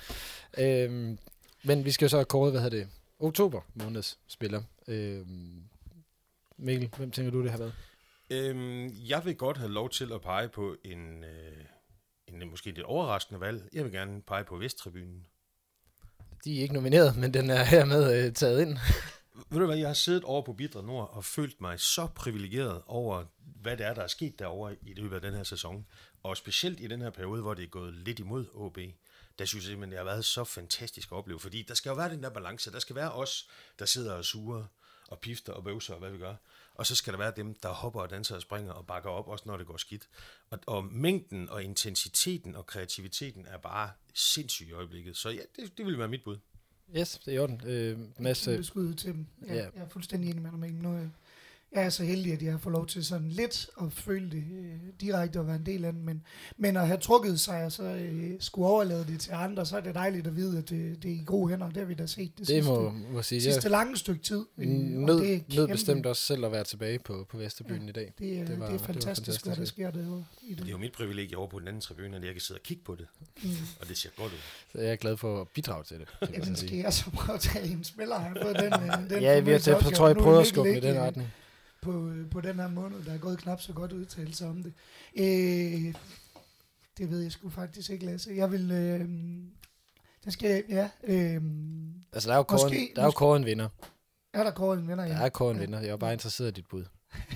Øh, men vi skal jo så have kåret, hvad hedder det, oktober måneds spiller. Øh, Mikkel, hvem tænker du, det har været? Øhm, jeg vil godt have lov til at pege på en, øh, en måske lidt overraskende valg. Jeg vil gerne pege på Vesttribunen. De er ikke nomineret, men den er hermed øh, taget ind. Ved du hvad, jeg har siddet over på Bitre Nord og følt mig så privilegeret over, hvad det er, der er sket derovre i løbet af den her sæson. Og specielt i den her periode, hvor det er gået lidt imod O B. Der synes jeg simpelthen, det har været så fantastisk at opleve. Fordi der skal jo være den der balance. Der skal være os, der sidder og suger og pifter og bøvser og hvad vi gør. Og så skal der være dem, der hopper og danser og springer og bakker op, også når det går skidt. Og, og mængden og intensiteten og kreativiteten er bare sindssyg i øjeblikket. Så ja, det, det vil være mit bud. Yes, det er i orden. Øh, Mads, Kæmpe skud til dem. Jeg, ja. jeg er fuldstændig enig med dig, Mikkel. Nu er jeg er så heldig, at jeg har fået lov til sådan lidt at føle det øh, direkte at være en del af den, men, men at have trukket sig og så øh, skulle overlade det til andre, så er det dejligt at vide, at det, det er i gode hænder. Det har vi da set det, det sidste, må, må sige. sidste lange stykke tid. Øh, og nød, det er nød kæmpe- bestemt også selv at være tilbage på, på Vesterbyen Ja, i dag. Det er, Det var- det er det var fantastisk, hvad der fantastisk. sker derude i Det er det. jo mit privilegie over på den anden tribune, at jeg kan sidde og kigge på det. Mm. Og det ser godt ud. Så jeg er glad for at bidrage til det. kan man Jamen, sige. skal jeg så prøve at tage en spiller? Har jeg fået den, øh, den Ja, vi har famøse taget, så opgave? tror jeg, Nu er prøvet at Mikkel skubbe i ikke, den øh, retning. På, øh, på den her måned, der er gået knap så godt udtalelse om det. Øh, det ved jeg sgu faktisk ikke, Lasse. Jeg vil... Øh, der skal... Ja, øh, Altså, der er jo kåret, måske- der er jo måske- kåret en vinder. er der kåret en vinder? Der er kåret en vinder. Jeg var bare interesseret i dit bud.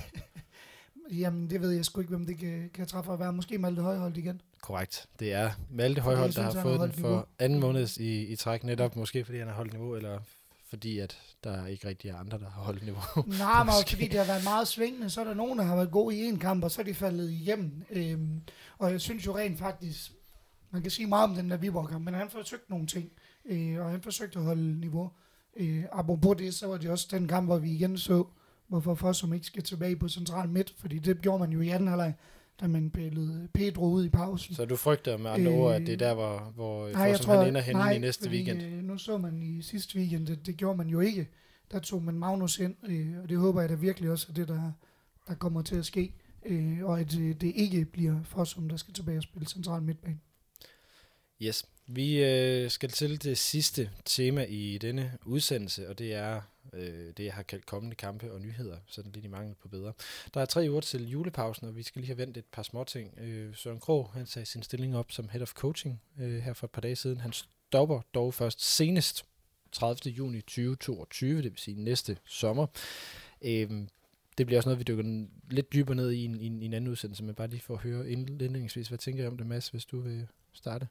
Jamen, det ved jeg sgu ikke, hvem det kan, kan træffe at være. Måske Malte Højholdt igen. Korrekt. Det er Malte Fordi Højholdt, jeg der synes, har han fået har den holdt for niveau. anden måned i, i træk. Netop måske, fordi han har holdt niveau, eller fordi at der ikke rigtig er andre, der har holdt niveau. Nej, men også Måske. fordi det har været meget svingende, så er der nogen, der har været gode i en kamp, og så er de faldet igennem. Øhm, og jeg synes jo rent faktisk, man kan sige meget om den der Viborg-kamp, men han forsøgte nogle ting, øh, og han forsøgte at holde niveau. Øh, apropos det, så var det også den kamp, hvor vi igen så, hvorfor Fossum ikke skal tilbage på central midt, fordi det gjorde man jo i anden halvleg, da man pillede Pedro ud i pausen. Så du frygter med andre Øh, ord, at det er der, hvor, hvor Nej, jeg Fossum tror, han ender henne nej, i næste fordi, weekend? Øh, nu så man i sidste weekend, det, det gjorde man jo ikke. der tog man Magnus ind, øh, og det håber jeg da virkelig også, at det der, der kommer til at ske, øh, og at øh, det ikke bliver Fossum, der skal tilbage og spille central midtbane. Yes. Vi øh, skal til det sidste tema i denne udsendelse, og det er øh, det, jeg har kaldt kommende kampe og nyheder, sådan lidt i mangel på bedre. Der er tre uger til julepausen, og vi skal lige have vendt et par småting. Øh, Søren Krogh, han sagde sin stilling op som head of coaching øh, her for et par dage siden. Han stopper dog først senest tredivte juni tyve toogtyve, det vil sige næste sommer. Øh, det bliver også noget, vi dykker lidt dybere ned i en, i en, i en anden udsendelse, men bare lige for at høre indledningsvis. Hvad tænker jeg om det, Mads, hvis du vil starte?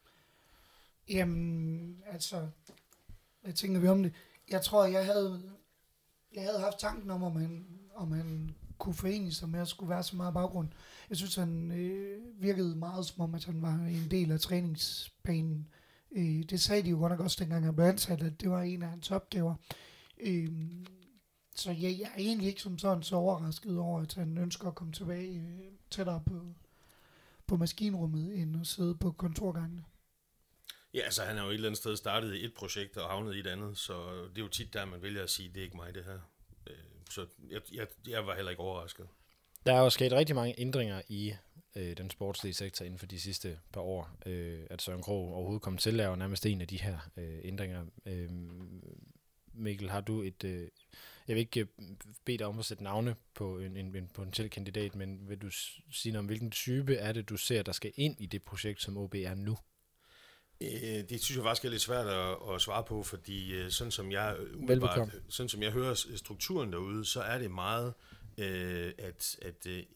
Jamen, altså, hvad tænker vi om det? Jeg tror, jeg havde, jeg havde haft tanken om, om han, om han kunne forene sig med at skulle være så meget baggrund. Jeg synes, han øh, virkede meget som om, at han var en del af træningsbanen. Øh, det sagde de jo godt nok også, dengang han blev ansat, at det var en af hans opgaver. Øh, så jeg, jeg er egentlig ikke som sådan så overrasket over, at han ønsker at komme tilbage øh, tættere på, på maskinrummet, end at sidde på kontorgangene. Ja, altså han er jo et eller andet sted startet i et projekt og havnet i et andet, så det er jo tit der, man vælger at sige, det er ikke mig det her. Så jeg, jeg, jeg var heller ikke overrasket. Der er jo sket rigtig mange ændringer i øh, den sportslige sektor inden for de sidste par år. Øh, at Søren Krogh overhovedet kom til, er jo nærmest en af de her øh, ændringer. Øh, Mikkel, har du et... Øh, jeg vil ikke bede dig om at sætte navne på en, en, en potentiel kandidat, men vil du sige noget om, hvilken type er det, du ser, der skal ind i det projekt, som O B er nu? Det synes jeg faktisk er lidt svært at, at svare på, fordi sådan som jeg umiddelbart, sådan som jeg hører strukturen derude, så er det meget, øh, at, at øh,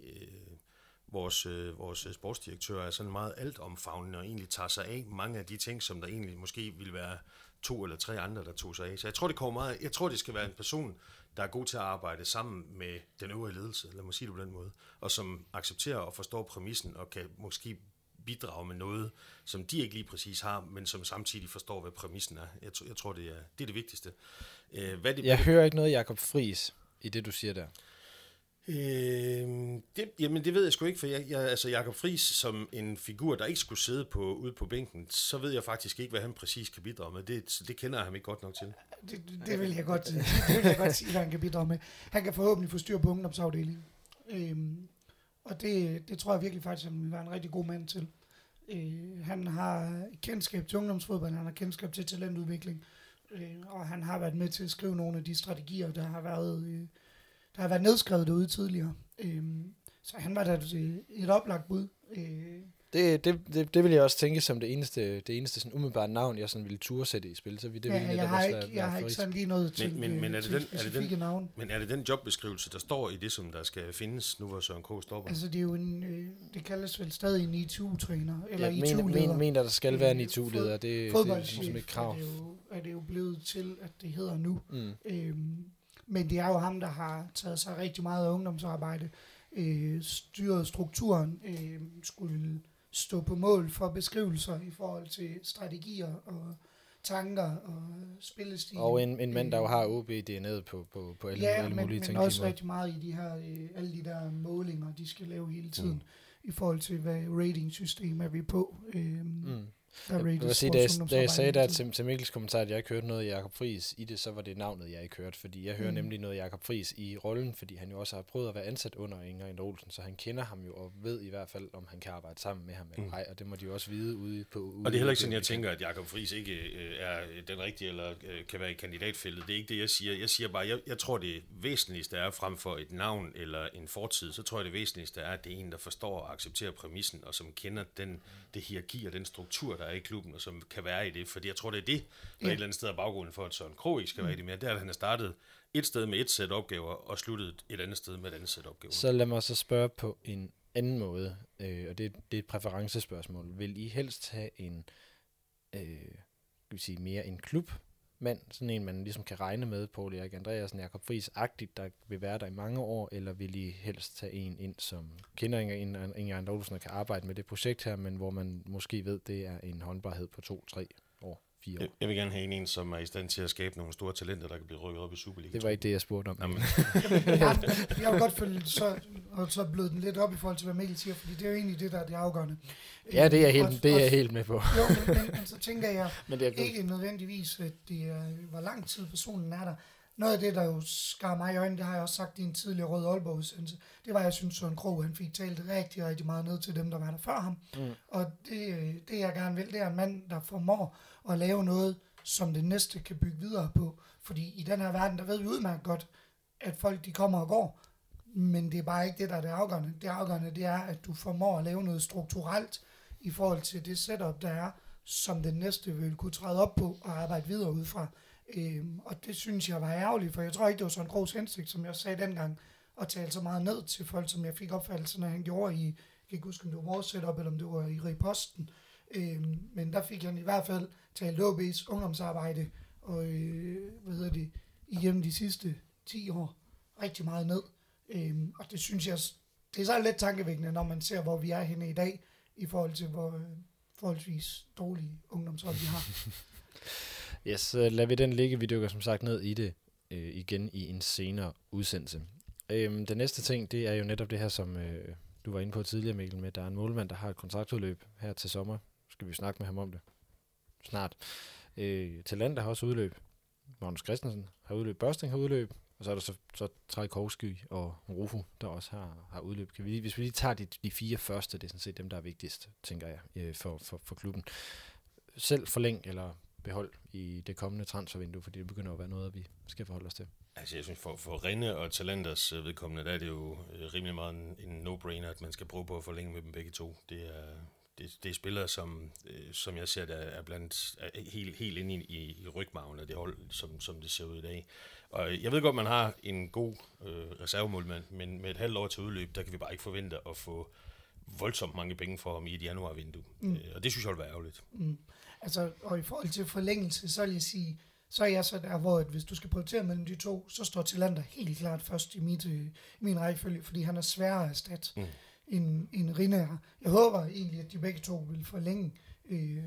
vores, øh, vores sportsdirektør er sådan meget altomfavnende og egentlig tager sig af mange af de ting, som der egentlig måske ville være to eller tre andre, der tog sig af. Så jeg tror, det kommer meget, jeg tror, det skal være en person, der er god til at arbejde sammen med den øvrige ledelse, lad mig sige det på den måde, og som accepterer og forstår præmissen og kan måske bidrage med noget, som de ikke lige præcis har, men som samtidig forstår, hvad præmissen er. Jeg, t- jeg tror, det er, det er det vigtigste. Øh, hvad det jeg det, hører ikke noget Jakob Friis i det, du siger der. Øh, det, jamen, det ved jeg sgu ikke, for jeg, jeg, altså Jakob Friis som en figur, der ikke skulle sidde på, ude på bænken, så ved jeg faktisk ikke, hvad han præcis kan bidrage med. Det, det kender jeg ham ikke godt nok til. Det, det, det, vil, jeg godt, det vil jeg godt sige, hvad han kan bidrage med. Han kan forhåbentlig få styr på ungdomsafdelingen. Øhm, og det, det tror jeg virkelig faktisk, han vil være en rigtig god mand til. Øh, han har kendskab til ungdomsfodbold, han har kendskab til talentudvikling, øh, og han har været med til at skrive nogle af de strategier, der har været, øh, der har været nedskrevet derude tidligere. Øh, så han var da et, et oplagt bud. Øh, Det, det, det, det vil jeg også tænke som det eneste, det eneste sådan umiddelbare navn, jeg sådan ville turde sætte i spil. Så det ja, ville jeg, jeg har ikke, ikke, være, jeg være har ikke sådan lige noget til, men, men, men er det til den, er det den, navn. Men er det den jobbeskrivelse, der står i det, som der skal findes, nu hvor Søren Krogh stopper? Altså det er jo en, øh, det kaldes vel stadig en I T U-træner, eller jeg I T U-leder. mener, men, mener, der skal være en I T U-leder, det, det er ligesom et krav. Er det, jo, er det jo blevet til, at det hedder nu. Mm. Øhm, men det er jo ham, der har taget sig rigtig meget af ungdomsarbejde, øh, styret strukturen, øh, skulle stå på mål for beskrivelser i forhold til strategier og tanker og spillestil. Og en, en mand, der jo har O B D N'et på, på, på alle, ja, alle men, mulige ting. ting. Ja, men også rigtig meget i de her, øh, alle de der målinger, de skal lave hele tiden, mm. i forhold til, hvad ratingsystem er vi på. Øh, mm. Jeg vil sige, da jeg, da jeg sagde der til, til Mikkels kommentar, at jeg ikke hørte noget Jakob Friis i det, så var det navnet, jeg ikke hørte, fordi jeg hører mm. nemlig noget Jakob Friis i rollen, fordi han jo også har prøvet at være ansat under Inger Inde Olsen, så han kender ham jo og ved i hvert fald, om han kan arbejde sammen med ham eller mm. ej, og det må de jo også vide ude på... Ude og det er heller ikke sådan, jeg tænker, at Jakob Friis ikke øh, er den rigtige, eller øh, kan være i kandidatfældet. Det er ikke det, jeg siger. Jeg siger bare, jeg, jeg tror, det væsentligste er, frem for et navn eller en fortid, så tror jeg, det væsentligste er, at det er en, der forstår og accepterer præmissen, og som kender den, det hierarki og den struktur, der er i klubben, og som kan være i det, fordi jeg tror, det er det, der ja. et eller andet sted er baggrunden for, at Søren Krogh ikke skal mm. være i det mere. Det er, at han har startet et sted med et sæt opgaver, og sluttet et andet sted med et andet sæt opgaver. Så lad mig så spørge på en anden måde, øh, og det, det er et præferencespørgsmål. Vil I helst have en, øh, skal vi sige, mere en klubmand, sådan en, man ligesom kan regne med, Poul Erik Andreasen, Jakob Friis-agtigt, der vil være der i mange år, eller vil I helst tage en ind, som kender Inger Inde Olsen og kan arbejde med det projekt her, men hvor man måske ved, det er en håndbarhed på to, tre år, fire år? Jeg vil gerne have en, en, som er i stand til at skabe nogle store talenter, der kan blive rykket op i Superliga. Det var ikke det, jeg spurgte om. Jamen. jeg, jeg vil godt følge så, og så bløde den lidt op i forhold til, hvad Mikkel siger, fordi det er jo egentlig det, der er det afgørende. Ja, det er jeg helt, også, det er jeg også, helt med på. Jo, men, men, men så tænker jeg men det er ikke nødvendigvis, at det er, hvor lang tid personen er der. noget af det, der jo skar mig i øjnene, det har jeg også sagt i en tidligere Rød Aalborg-udsendelse, det var, at jeg synes, Søren Krog, han fik talt rigtig, rigtig meget ned til dem, der var der før ham. Mm. Og det, det, jeg gerne vil, det er en mand, der formår at lave noget, som det næste kan bygge videre på. Fordi i den her verden, der ved vi udmærket godt, at folk de kommer og går, men det er bare ikke det, der er det afgørende. Det afgørende, det er, at du formår at lave noget strukturelt i forhold til det setup, der er, som den næste vil kunne træde op på og arbejde videre ud fra. Øhm, og det synes jeg var ærgerligt, for jeg tror ikke, det var sådan en Krogs hensigt, som jeg sagde dengang, at tale så meget ned til folk, som jeg fik opfattelse, når han gjorde i, jeg kan ikke huske, om det var vores setup, eller om det var i Riposten. Øhm, men der fik han i hvert fald talt O B's ungdomsarbejde, og øh, hvad hedder det, igennem de sidste ti år, rigtig meget ned. Øhm, og det synes jeg, det er så lidt tankevækkende, når man ser, hvor vi er henne i dag, i forhold til, hvor øh, forholdsvis dårlige ungdomshold vi har. Yes, så lad vi den ligge. Vi dykker som sagt ned i det øh, igen i en senere udsendelse. Øhm, den næste ting, det er jo netop det her, som øh, du var inde på tidligere, Mikkel, med, der er en målmand, der har et kontraktudløb her til sommer. Skal vi snakke med ham om det snart. Øh, Talander har også udløb. Magnus Christensen har udløb. Børsting har udløb. Og så er der så, så Trajkovsky og Rufo, der også har, har udløb. Kan vi, hvis vi lige tager de, de fire første, det er sådan set dem, der er vigtigst, tænker jeg, øh, for, for, for klubben. Selv forlæng eller behold i det kommende transfervindue, fordi det begynder at være noget, vi skal forholde os til. Altså jeg synes, for, for Rinde og Talanders vedkommende, der er det jo rimelig meget en, en no-brainer, at man skal prøve på at forlænge med dem begge to. Det er, det, det er spillere, som, som jeg ser, der er blandt er helt, helt inde i, i, i rygmarven af det hold, som, som det ser ud i dag. Og jeg ved godt, man har en god øh, reservemålmand, men med et halvt år til udløb, der kan vi bare ikke forvente at få voldsomt mange penge for ham i et januarvindue. Mm. Øh, og det synes jeg vil være ærgerligt. Mm. Altså, og i forhold til forlængelse, så vil jeg sige, så er jeg så der, hvor at hvis du skal prioritere mellem de to, så står Talander helt klart først i mit, øh, min rækkefølge, fordi han er sværere at erstatte mm. end, end Rinde er. Jeg håber egentlig, at de begge to vil forlænge, øh,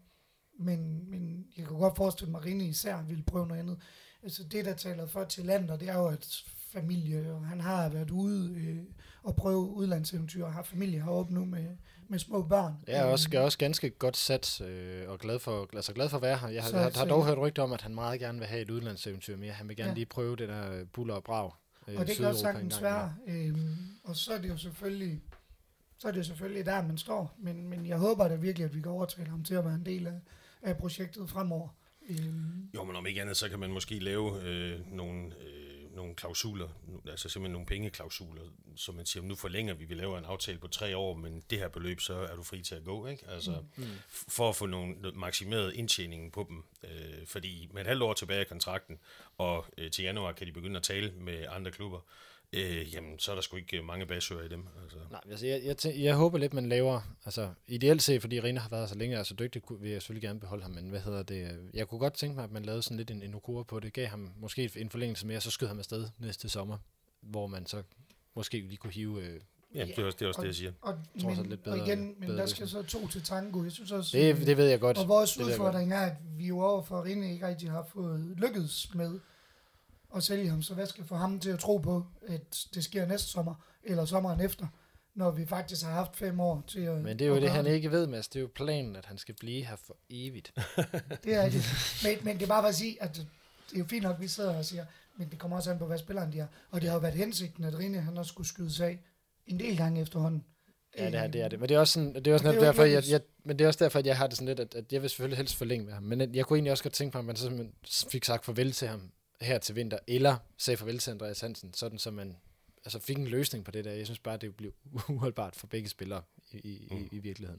men, men jeg kan godt forestille mig, at Rinde især vil prøve noget andet. Altså det, der taler for Talander, det er jo, at familie, og han har været ude øh, og prøve udlandseventyr, og har familie heroppe nu med, med små børn. Jeg er også, jeg er også ganske godt sat øh, og glad for, altså glad for at være her. Jeg har, så, har, har dog hørt rygter om, at han meget gerne vil have et udlandseventyr mere. Han vil gerne ja. lige prøve det der buller og brag. Øh, og det kan også sagtens være. Øhm, og så er det jo selvfølgelig, så er det jo selvfølgelig der, man står. Men, men jeg håber da virkelig, at vi kan overtale ham til at være en del af, af projektet fremover. Øhm. Jo, men om ikke andet, så kan man måske lave øh, nogle... Øh, nogle klausuler, altså simpelthen nogle pengeklausuler, som man siger, nu forlænger vi, vi laver en aftale på tre år, men det her beløb, så er du fri til at gå, ikke? Altså, mm. for at få nogle maksimeret indtjeningen på dem, øh, fordi med et halvt år tilbage i kontrakten, og øh, til januar kan de begynde at tale med andre klubber, øh, jamen, så er der sgu ikke mange bagsøger i dem. Altså. Nej, altså, jeg, jeg, tæ- jeg håber lidt, man laver, altså ideelt set, fordi Rine har været så længe, altså dygtig, vil jeg selvfølgelig gerne beholde ham, men hvad hedder det, jeg kunne godt tænke mig, at man lavede sådan lidt en, en okura på det, gav ham måske en forlængelse mere, så skød ham afsted næste sommer, hvor man så måske lige kunne hive... Øh, ja, det er også det, er også og, det jeg siger. Og, tror, men, lidt bedre, og igen, men der skal løsning. så to til tango. Jeg synes også, det, det ved jeg godt. Og vores udfordring er, at vi jo overfor Rine ikke rigtig har fået lykkedes med at sælge ham, så hvad skal få ham til at tro på, at det sker næste sommer, eller sommeren efter, når vi faktisk har haft fem år til at... Men det er jo det, han ikke ved, Mads. Det er jo planen, at han skal blive her for evigt. Det er det. Men, men det er bare for at sige, at det er jo fint nok, at vi sidder og siger, men det kommer også an på, hvad spilleren de har. Og det har jo været hensigten, at Rine, han har skulle skyde sig af en del gange efterhånden. Ja, det er det. Er det. Men det er også, sådan, det er også netop derfor, jeg, jeg, men det er også derfor, at jeg har det sådan lidt, at, at jeg vil selvfølgelig helst forlænge med ham. Men jeg kunne egentlig også godt tænke mig, at man så simpelthen fik sagt farvel til ham her til vinter, eller sagde farvel til Andreas Hansen, sådan så man altså fik en løsning på det der. Jeg synes bare, det blev uholdbart for begge spillere i, i, mm. i, i virkeligheden.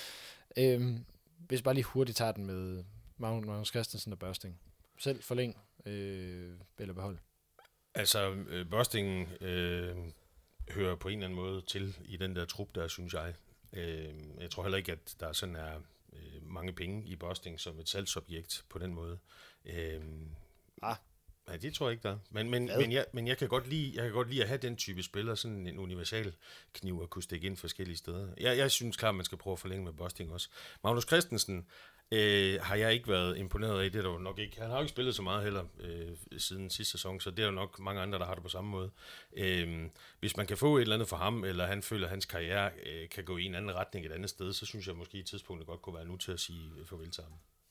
Øhm, hvis bare lige hurtigt tager den med Magnus Christensen og Børsting. Selv forlæng øh, eller behold? Altså, øh, Børstingen øh, hører på en eller anden måde til i den der trup der, synes jeg. Øh, jeg tror heller ikke, at der sådan er øh, mange penge i Børsting som et salgsobjekt på den måde. Øh, ah. Nej, det tror jeg ikke, der. Men, men, men, jeg, men jeg, kan godt lide, jeg kan godt lide at have den type spiller, sådan en universal kniv at kunne stikke ind forskellige steder. Jeg, jeg synes klart, man skal prøve at forlænge med Børsting også. Magnus Christensen øh, har jeg ikke været imponeret af. Det er der nok ikke. Han har jo ikke spillet så meget heller øh, siden sidste sæson, så det er jo nok mange andre, der har det på samme måde. Øh, hvis man kan få et eller andet for ham, eller han føler, at hans karriere øh, kan gå i en anden retning et andet sted, så synes jeg måske i tidspunktet godt kunne være nu til at sige farvel til ham.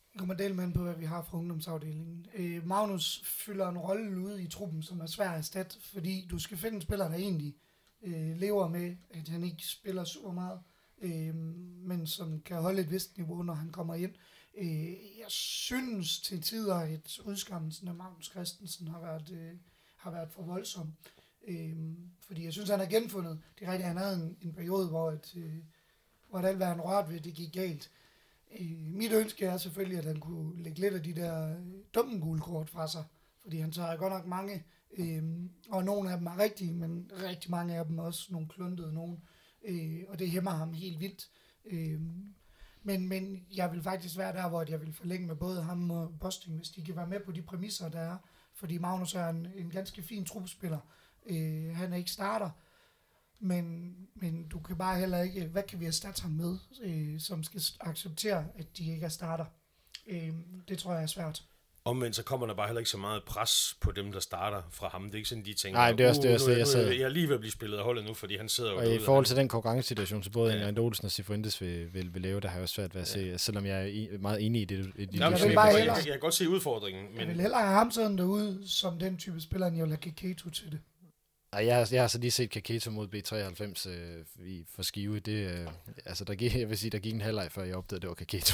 kommer del med på, hvad vi har fra ungdomsafdelingen. Øh, Magnus fylder en rolle ude i truppen, som er svær at erstatte, fordi du skal finde en spiller, der egentlig øh, lever med, at han ikke spiller super meget, øh, men som kan holde et vist niveau, når han kommer ind. Øh, jeg synes til tider, at udskammelsen af Magnus Christensen har været, øh, har været for voldsom. Øh, fordi jeg synes, han har genfundet. Det er rigtigt, han havde en, en periode, hvor, et, øh, hvor alt, hvad han rørte ved, det gik galt. Øh, mit ønske er selvfølgelig, at han kunne lægge lidt af de der dumme gule kort fra sig, fordi han tager godt nok mange, øh, og nogle af dem er rigtige, men rigtig mange af dem er også nogle kluntede nogen, øh, og det hæmmer ham helt vildt. Øh, men, men jeg vil faktisk være der, hvor jeg vil forlænge med både ham og Bosting, hvis de kan være med på de præmisser, der er, fordi Magnus er en, en ganske fin trupspiller. Øh, han er ikke starter, Men, men du kan bare heller ikke, hvad kan vi erstatte ham med, øh, som skal acceptere, at de ikke er starter. Øh, det tror jeg er svært. Omvendt så kommer der bare heller ikke så meget pres på dem, der starter fra ham. Det er ikke sådan, de tænker, nej, det er også det, uh, jeg, jeg, jeg, jeg, jeg er lige ved at blive spillet af holdet nu, fordi han sidder jo og derude. i forhold til han... den konkurrencesituation, så både ja. Ingrid Olsen og Cifuentes vil, vil, vil lave, der har jeg også svært ved at se, ja. selvom jeg er i, meget enig i det. I Jamen, det jeg, bare jeg, hellere- jeg, jeg kan godt se udfordringen. Men... Jeg vil hellere have ham sådan derude, som den type spiller, end jeg vil have Keketo til det. Nej, jeg, har- jeg har så lige set Kaketo mod B treoghalvfems øh, i, for Skive. Det, øh, altså, der gik, jeg vil sige, der gik en halvleg, før jeg opdagede, at det var Kaketo.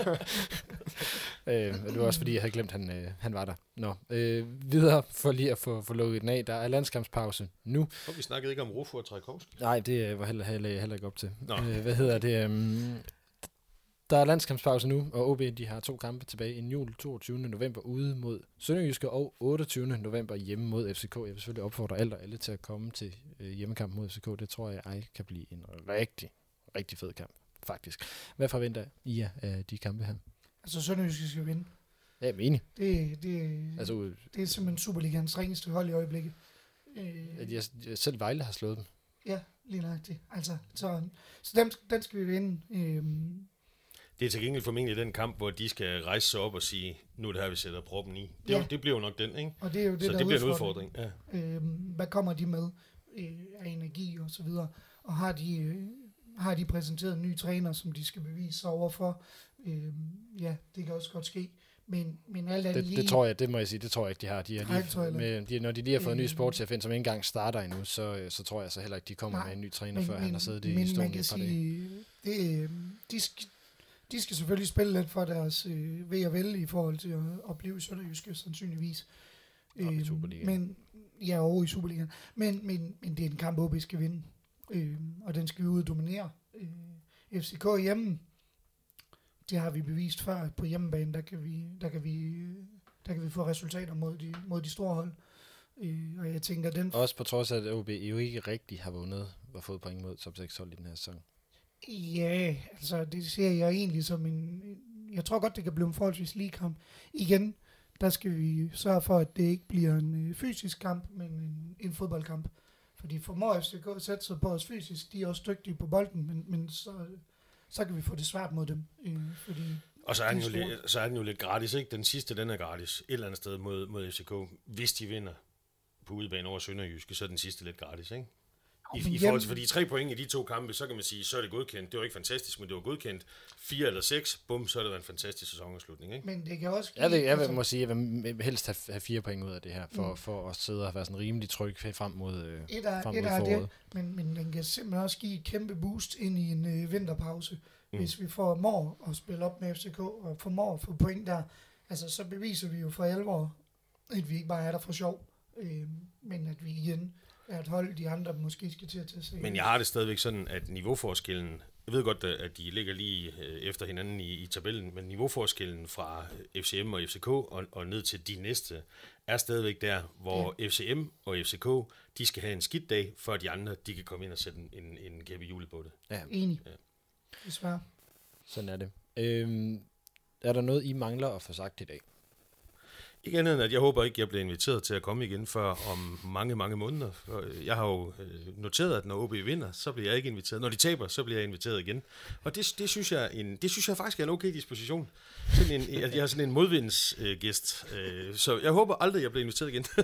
øh, det var også fordi, jeg havde glemt, at han, øh, han var der. Nå, øh, videre for lige at få, få lukket den af. Der er landskampspause nu. Og vi snakkede ikke om Rufo og Trajkovski. Nej, det øh, var heller, heller, heller ikke op til. Nå. Øh, hvad hedder det? Um, der er landskampspause nu, og O B de har to kampe tilbage. En jul toogtyvende november ude mod Sønderjyske, og otteogtyvende november hjemme mod F C K. Jeg vil selvfølgelig opfordre alle og alle til at komme til øh, hjemmekamp mod F C K. Det tror jeg, ej, kan blive en rigtig, rigtig fed kamp, faktisk. Hvad forventer I jer af de kampe her? Altså Sønderjyske skal vinde. Ja, jeg er enig. Det, det, Altså, øh, det er simpelthen Superligans ringeste hold i øjeblikket. Øh, at jeg, jeg, selv Vejle har slået dem. ja, lige nøjagtigt. Altså, så, så den, den skal vi vinde. Øh, Det er til gengæld formentlig den kamp, hvor de skal rejse sig op og sige, nu er det her, vi sætter proppen i. Det, Ja. ja. det bliver jo nok den, ikke? og det er jo det, Så der det er bliver en udfordringen. udfordring. Ja. Øh, hvad kommer de med øh, af energi og så videre, og har de, øh, har de præsenteret en ny træner, som de skal bevise sig overfor. Øh, ja, det kan også godt ske, men, men alt andet Det, lige, det tror jeg, det må jeg sige, det tror jeg ikke, de har. De har Nej, det tror jeg lige, heller med, de, når de lige har fået en ny Øh, sportschef ind, som ikke engang starter endnu, så, øh, så tror jeg så heller ikke, de kommer Nej, med en ny træner, før han har siddet i men stolen man i et kan par dage. sige, det, øh, de, skal, de skal selvfølgelig spille lidt for deres øh, ved og vel i forhold til at opleve Sønderjyske sandsynligvis. Og i Øh, Superligaen. Men, ja, over i Superligaen. Men, men, men det er en kamp, O B skal vinde. Øh, og den skal vi ud og dominere. Øh, F C K hjemme, det har vi bevist før, at på hjemmebane, der kan vi, der kan vi, øh, der kan vi få resultater mod de, mod de store hold. Øh, og jeg tænker, den Også på trods af, at O B jo ikke rigtig har vundet og fået point mod top seks hold i den her sæson. Ja, altså det ser jeg egentlig som en... en- Jeg tror godt, det kan blive en forholdsvis lige kamp. Igen, der skal vi sørge for, at det ikke bliver en øh, fysisk kamp, men en, en fodboldkamp. Fordi formår F C K at sætte sig på os fysisk, de er også dygtige på bolden, men, men så, så kan vi få det svært mod dem. Øh, fordi Og så er, den de jo store- lidt, så er den jo lidt gratis, ikke? Den sidste, den er gratis. Et eller andet sted mod, mod F C K. Hvis de vinder på udebane over Sønderjyske, så er den sidste lidt gratis, ikke? I, men i forhold hjem- til, fordi tre point i de to kampe, så kan man sige, så er det godkendt. Det var ikke fantastisk, men det var godkendt. Fire eller seks, bum, så er det været en fantastisk sæsonafslutning, ikke? Men det kan også give... Jeg vil, jeg vil, altså, må sige, jeg vil helst have, have fire point ud af det her, for, Mm. for at sidde og være sådan rimelig tryg frem mod, øh, et er, frem et mod er foråret. det, men, men den kan simpelthen også give et kæmpe boost ind i en øh, vinterpause. Mm. Hvis vi formår at spille op med F C K og formår at få point der, altså så beviser vi jo for alvor, at vi ikke bare er der for sjov, øh, men at vi igen er et hold, de andre måske skal til at tage sig. Men jeg har det stadigvæk sådan, at niveauforskellen, jeg ved godt, at de ligger lige øh, efter hinanden i, i tabellen, men niveauforskellen fra F C M og F C K og, og ned til de næste, er stadigvæk der, hvor ja. F C M og F C K, de skal have en skidt dag, for de andre, de kan komme ind og sætte en, en, en kæppe hjul på det. Ja, Enig. Ja. Desværre. sådan er det. Øhm, er der noget, I mangler at få sagt i dag? Ikke andet end, at jeg håber ikke, jeg bliver inviteret til at komme igen før om mange, mange måneder. For jeg har jo øh, noteret, at når O B vinder, så bliver jeg ikke inviteret. Når de taber, så bliver jeg inviteret igen. Og det, det, synes, jeg en, det synes jeg faktisk er en okay disposition. Sådan en, at jeg er sådan en modvindsgæst. Øh, så jeg håber aldrig, jeg bliver inviteret igen.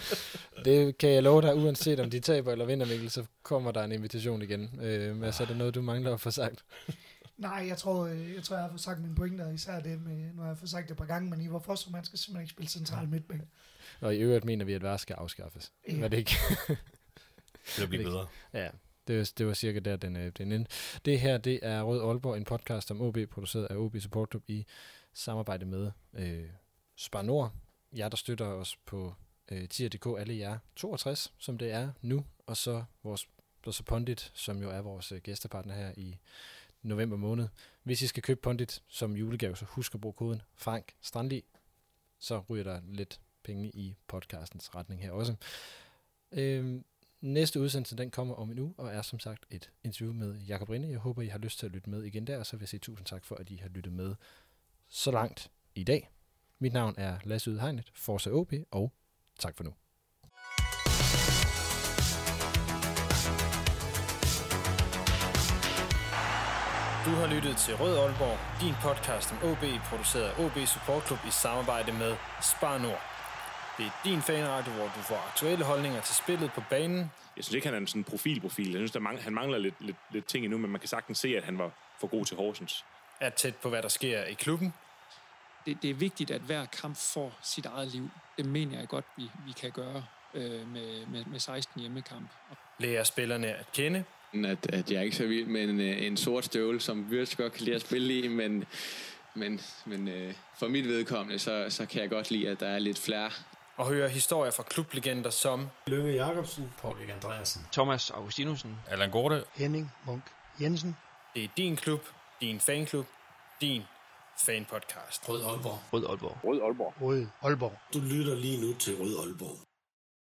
Det kan jeg love dig, uanset om de taber eller vinder, Mikkel, så kommer der en invitation igen. Øh, men så er der noget, du mangler at få sagt. Nej, jeg tror, øh, jeg tror, jeg har fået sagt mine pointer, især det med, nu har jeg fået sagt det et par gange, men I var for, man skal simpelthen ikke spille central midtbane. Og i øvrigt mener vi, at V A R skal afskaffes. Ja. Var det ikke? Det bliver bedre. Ja, det var, det var cirka der, den, øh, den ende. Det her, det er Rød Aalborg, en podcast om O B, produceret af O B Support Club i samarbejde med øh, Spar Nord. Jer, der støtter os på øh, tier punktum d k, alle jer toogtres, som det er nu, og så vores og så Pondit, som jo er vores øh, gæstepartner her i november måned. Hvis I skal købe Pondit som julegave, så husk at bruge koden Frank Strandli, så ryger der lidt penge i podcastens retning her også. Øhm, næste udsendelse, den kommer om en uge, og er som sagt et interview med Jakob Rinde. Jeg håber, I har lyst til at lytte med igen der, og så vil jeg sige tusind tak for, at I har lyttet med så langt i dag. Mit navn er Lasse Udhegnet, Forza O B, og tak for nu. Du har lyttet til Rød Aalborg, din podcast om O B, produceret af O B Support Club i samarbejde med Spar Nord. Det er din fanradio, hvor du får aktuelle holdninger til spillet på banen. Jeg synes ikke, han er en sådan profilprofil. Jeg synes, der mangler, han mangler lidt, lidt, lidt ting endnu, men man kan sagtens se, at han var for god til Horsens. Er tæt på, hvad der sker i klubben. Det, det er vigtigt, at hver kamp får sit eget liv. Det mener jeg godt, vi, vi kan gøre øh, med, med, med seksten hjemmekamp. Lærer spillerne at kende. At, at jeg er ikke så vild med en, en sort støvle, som Wirtz godt kan lide at spille i, men, men, men øh, for mit vedkommende, så, så kan jeg godt lide, at der er lidt flere. Og høre historier fra klublegender som Lønge Jacobsen, Paul Andreasen, Thomas Augustinussen, Allan Gorte, Henning Munk Jensen. det er din klub, din fanklub, din fanpodcast. Rød Aalborg. Rød Aalborg. Rød Aalborg. Rød Aalborg. du lytter lige nu til Rød Aalborg.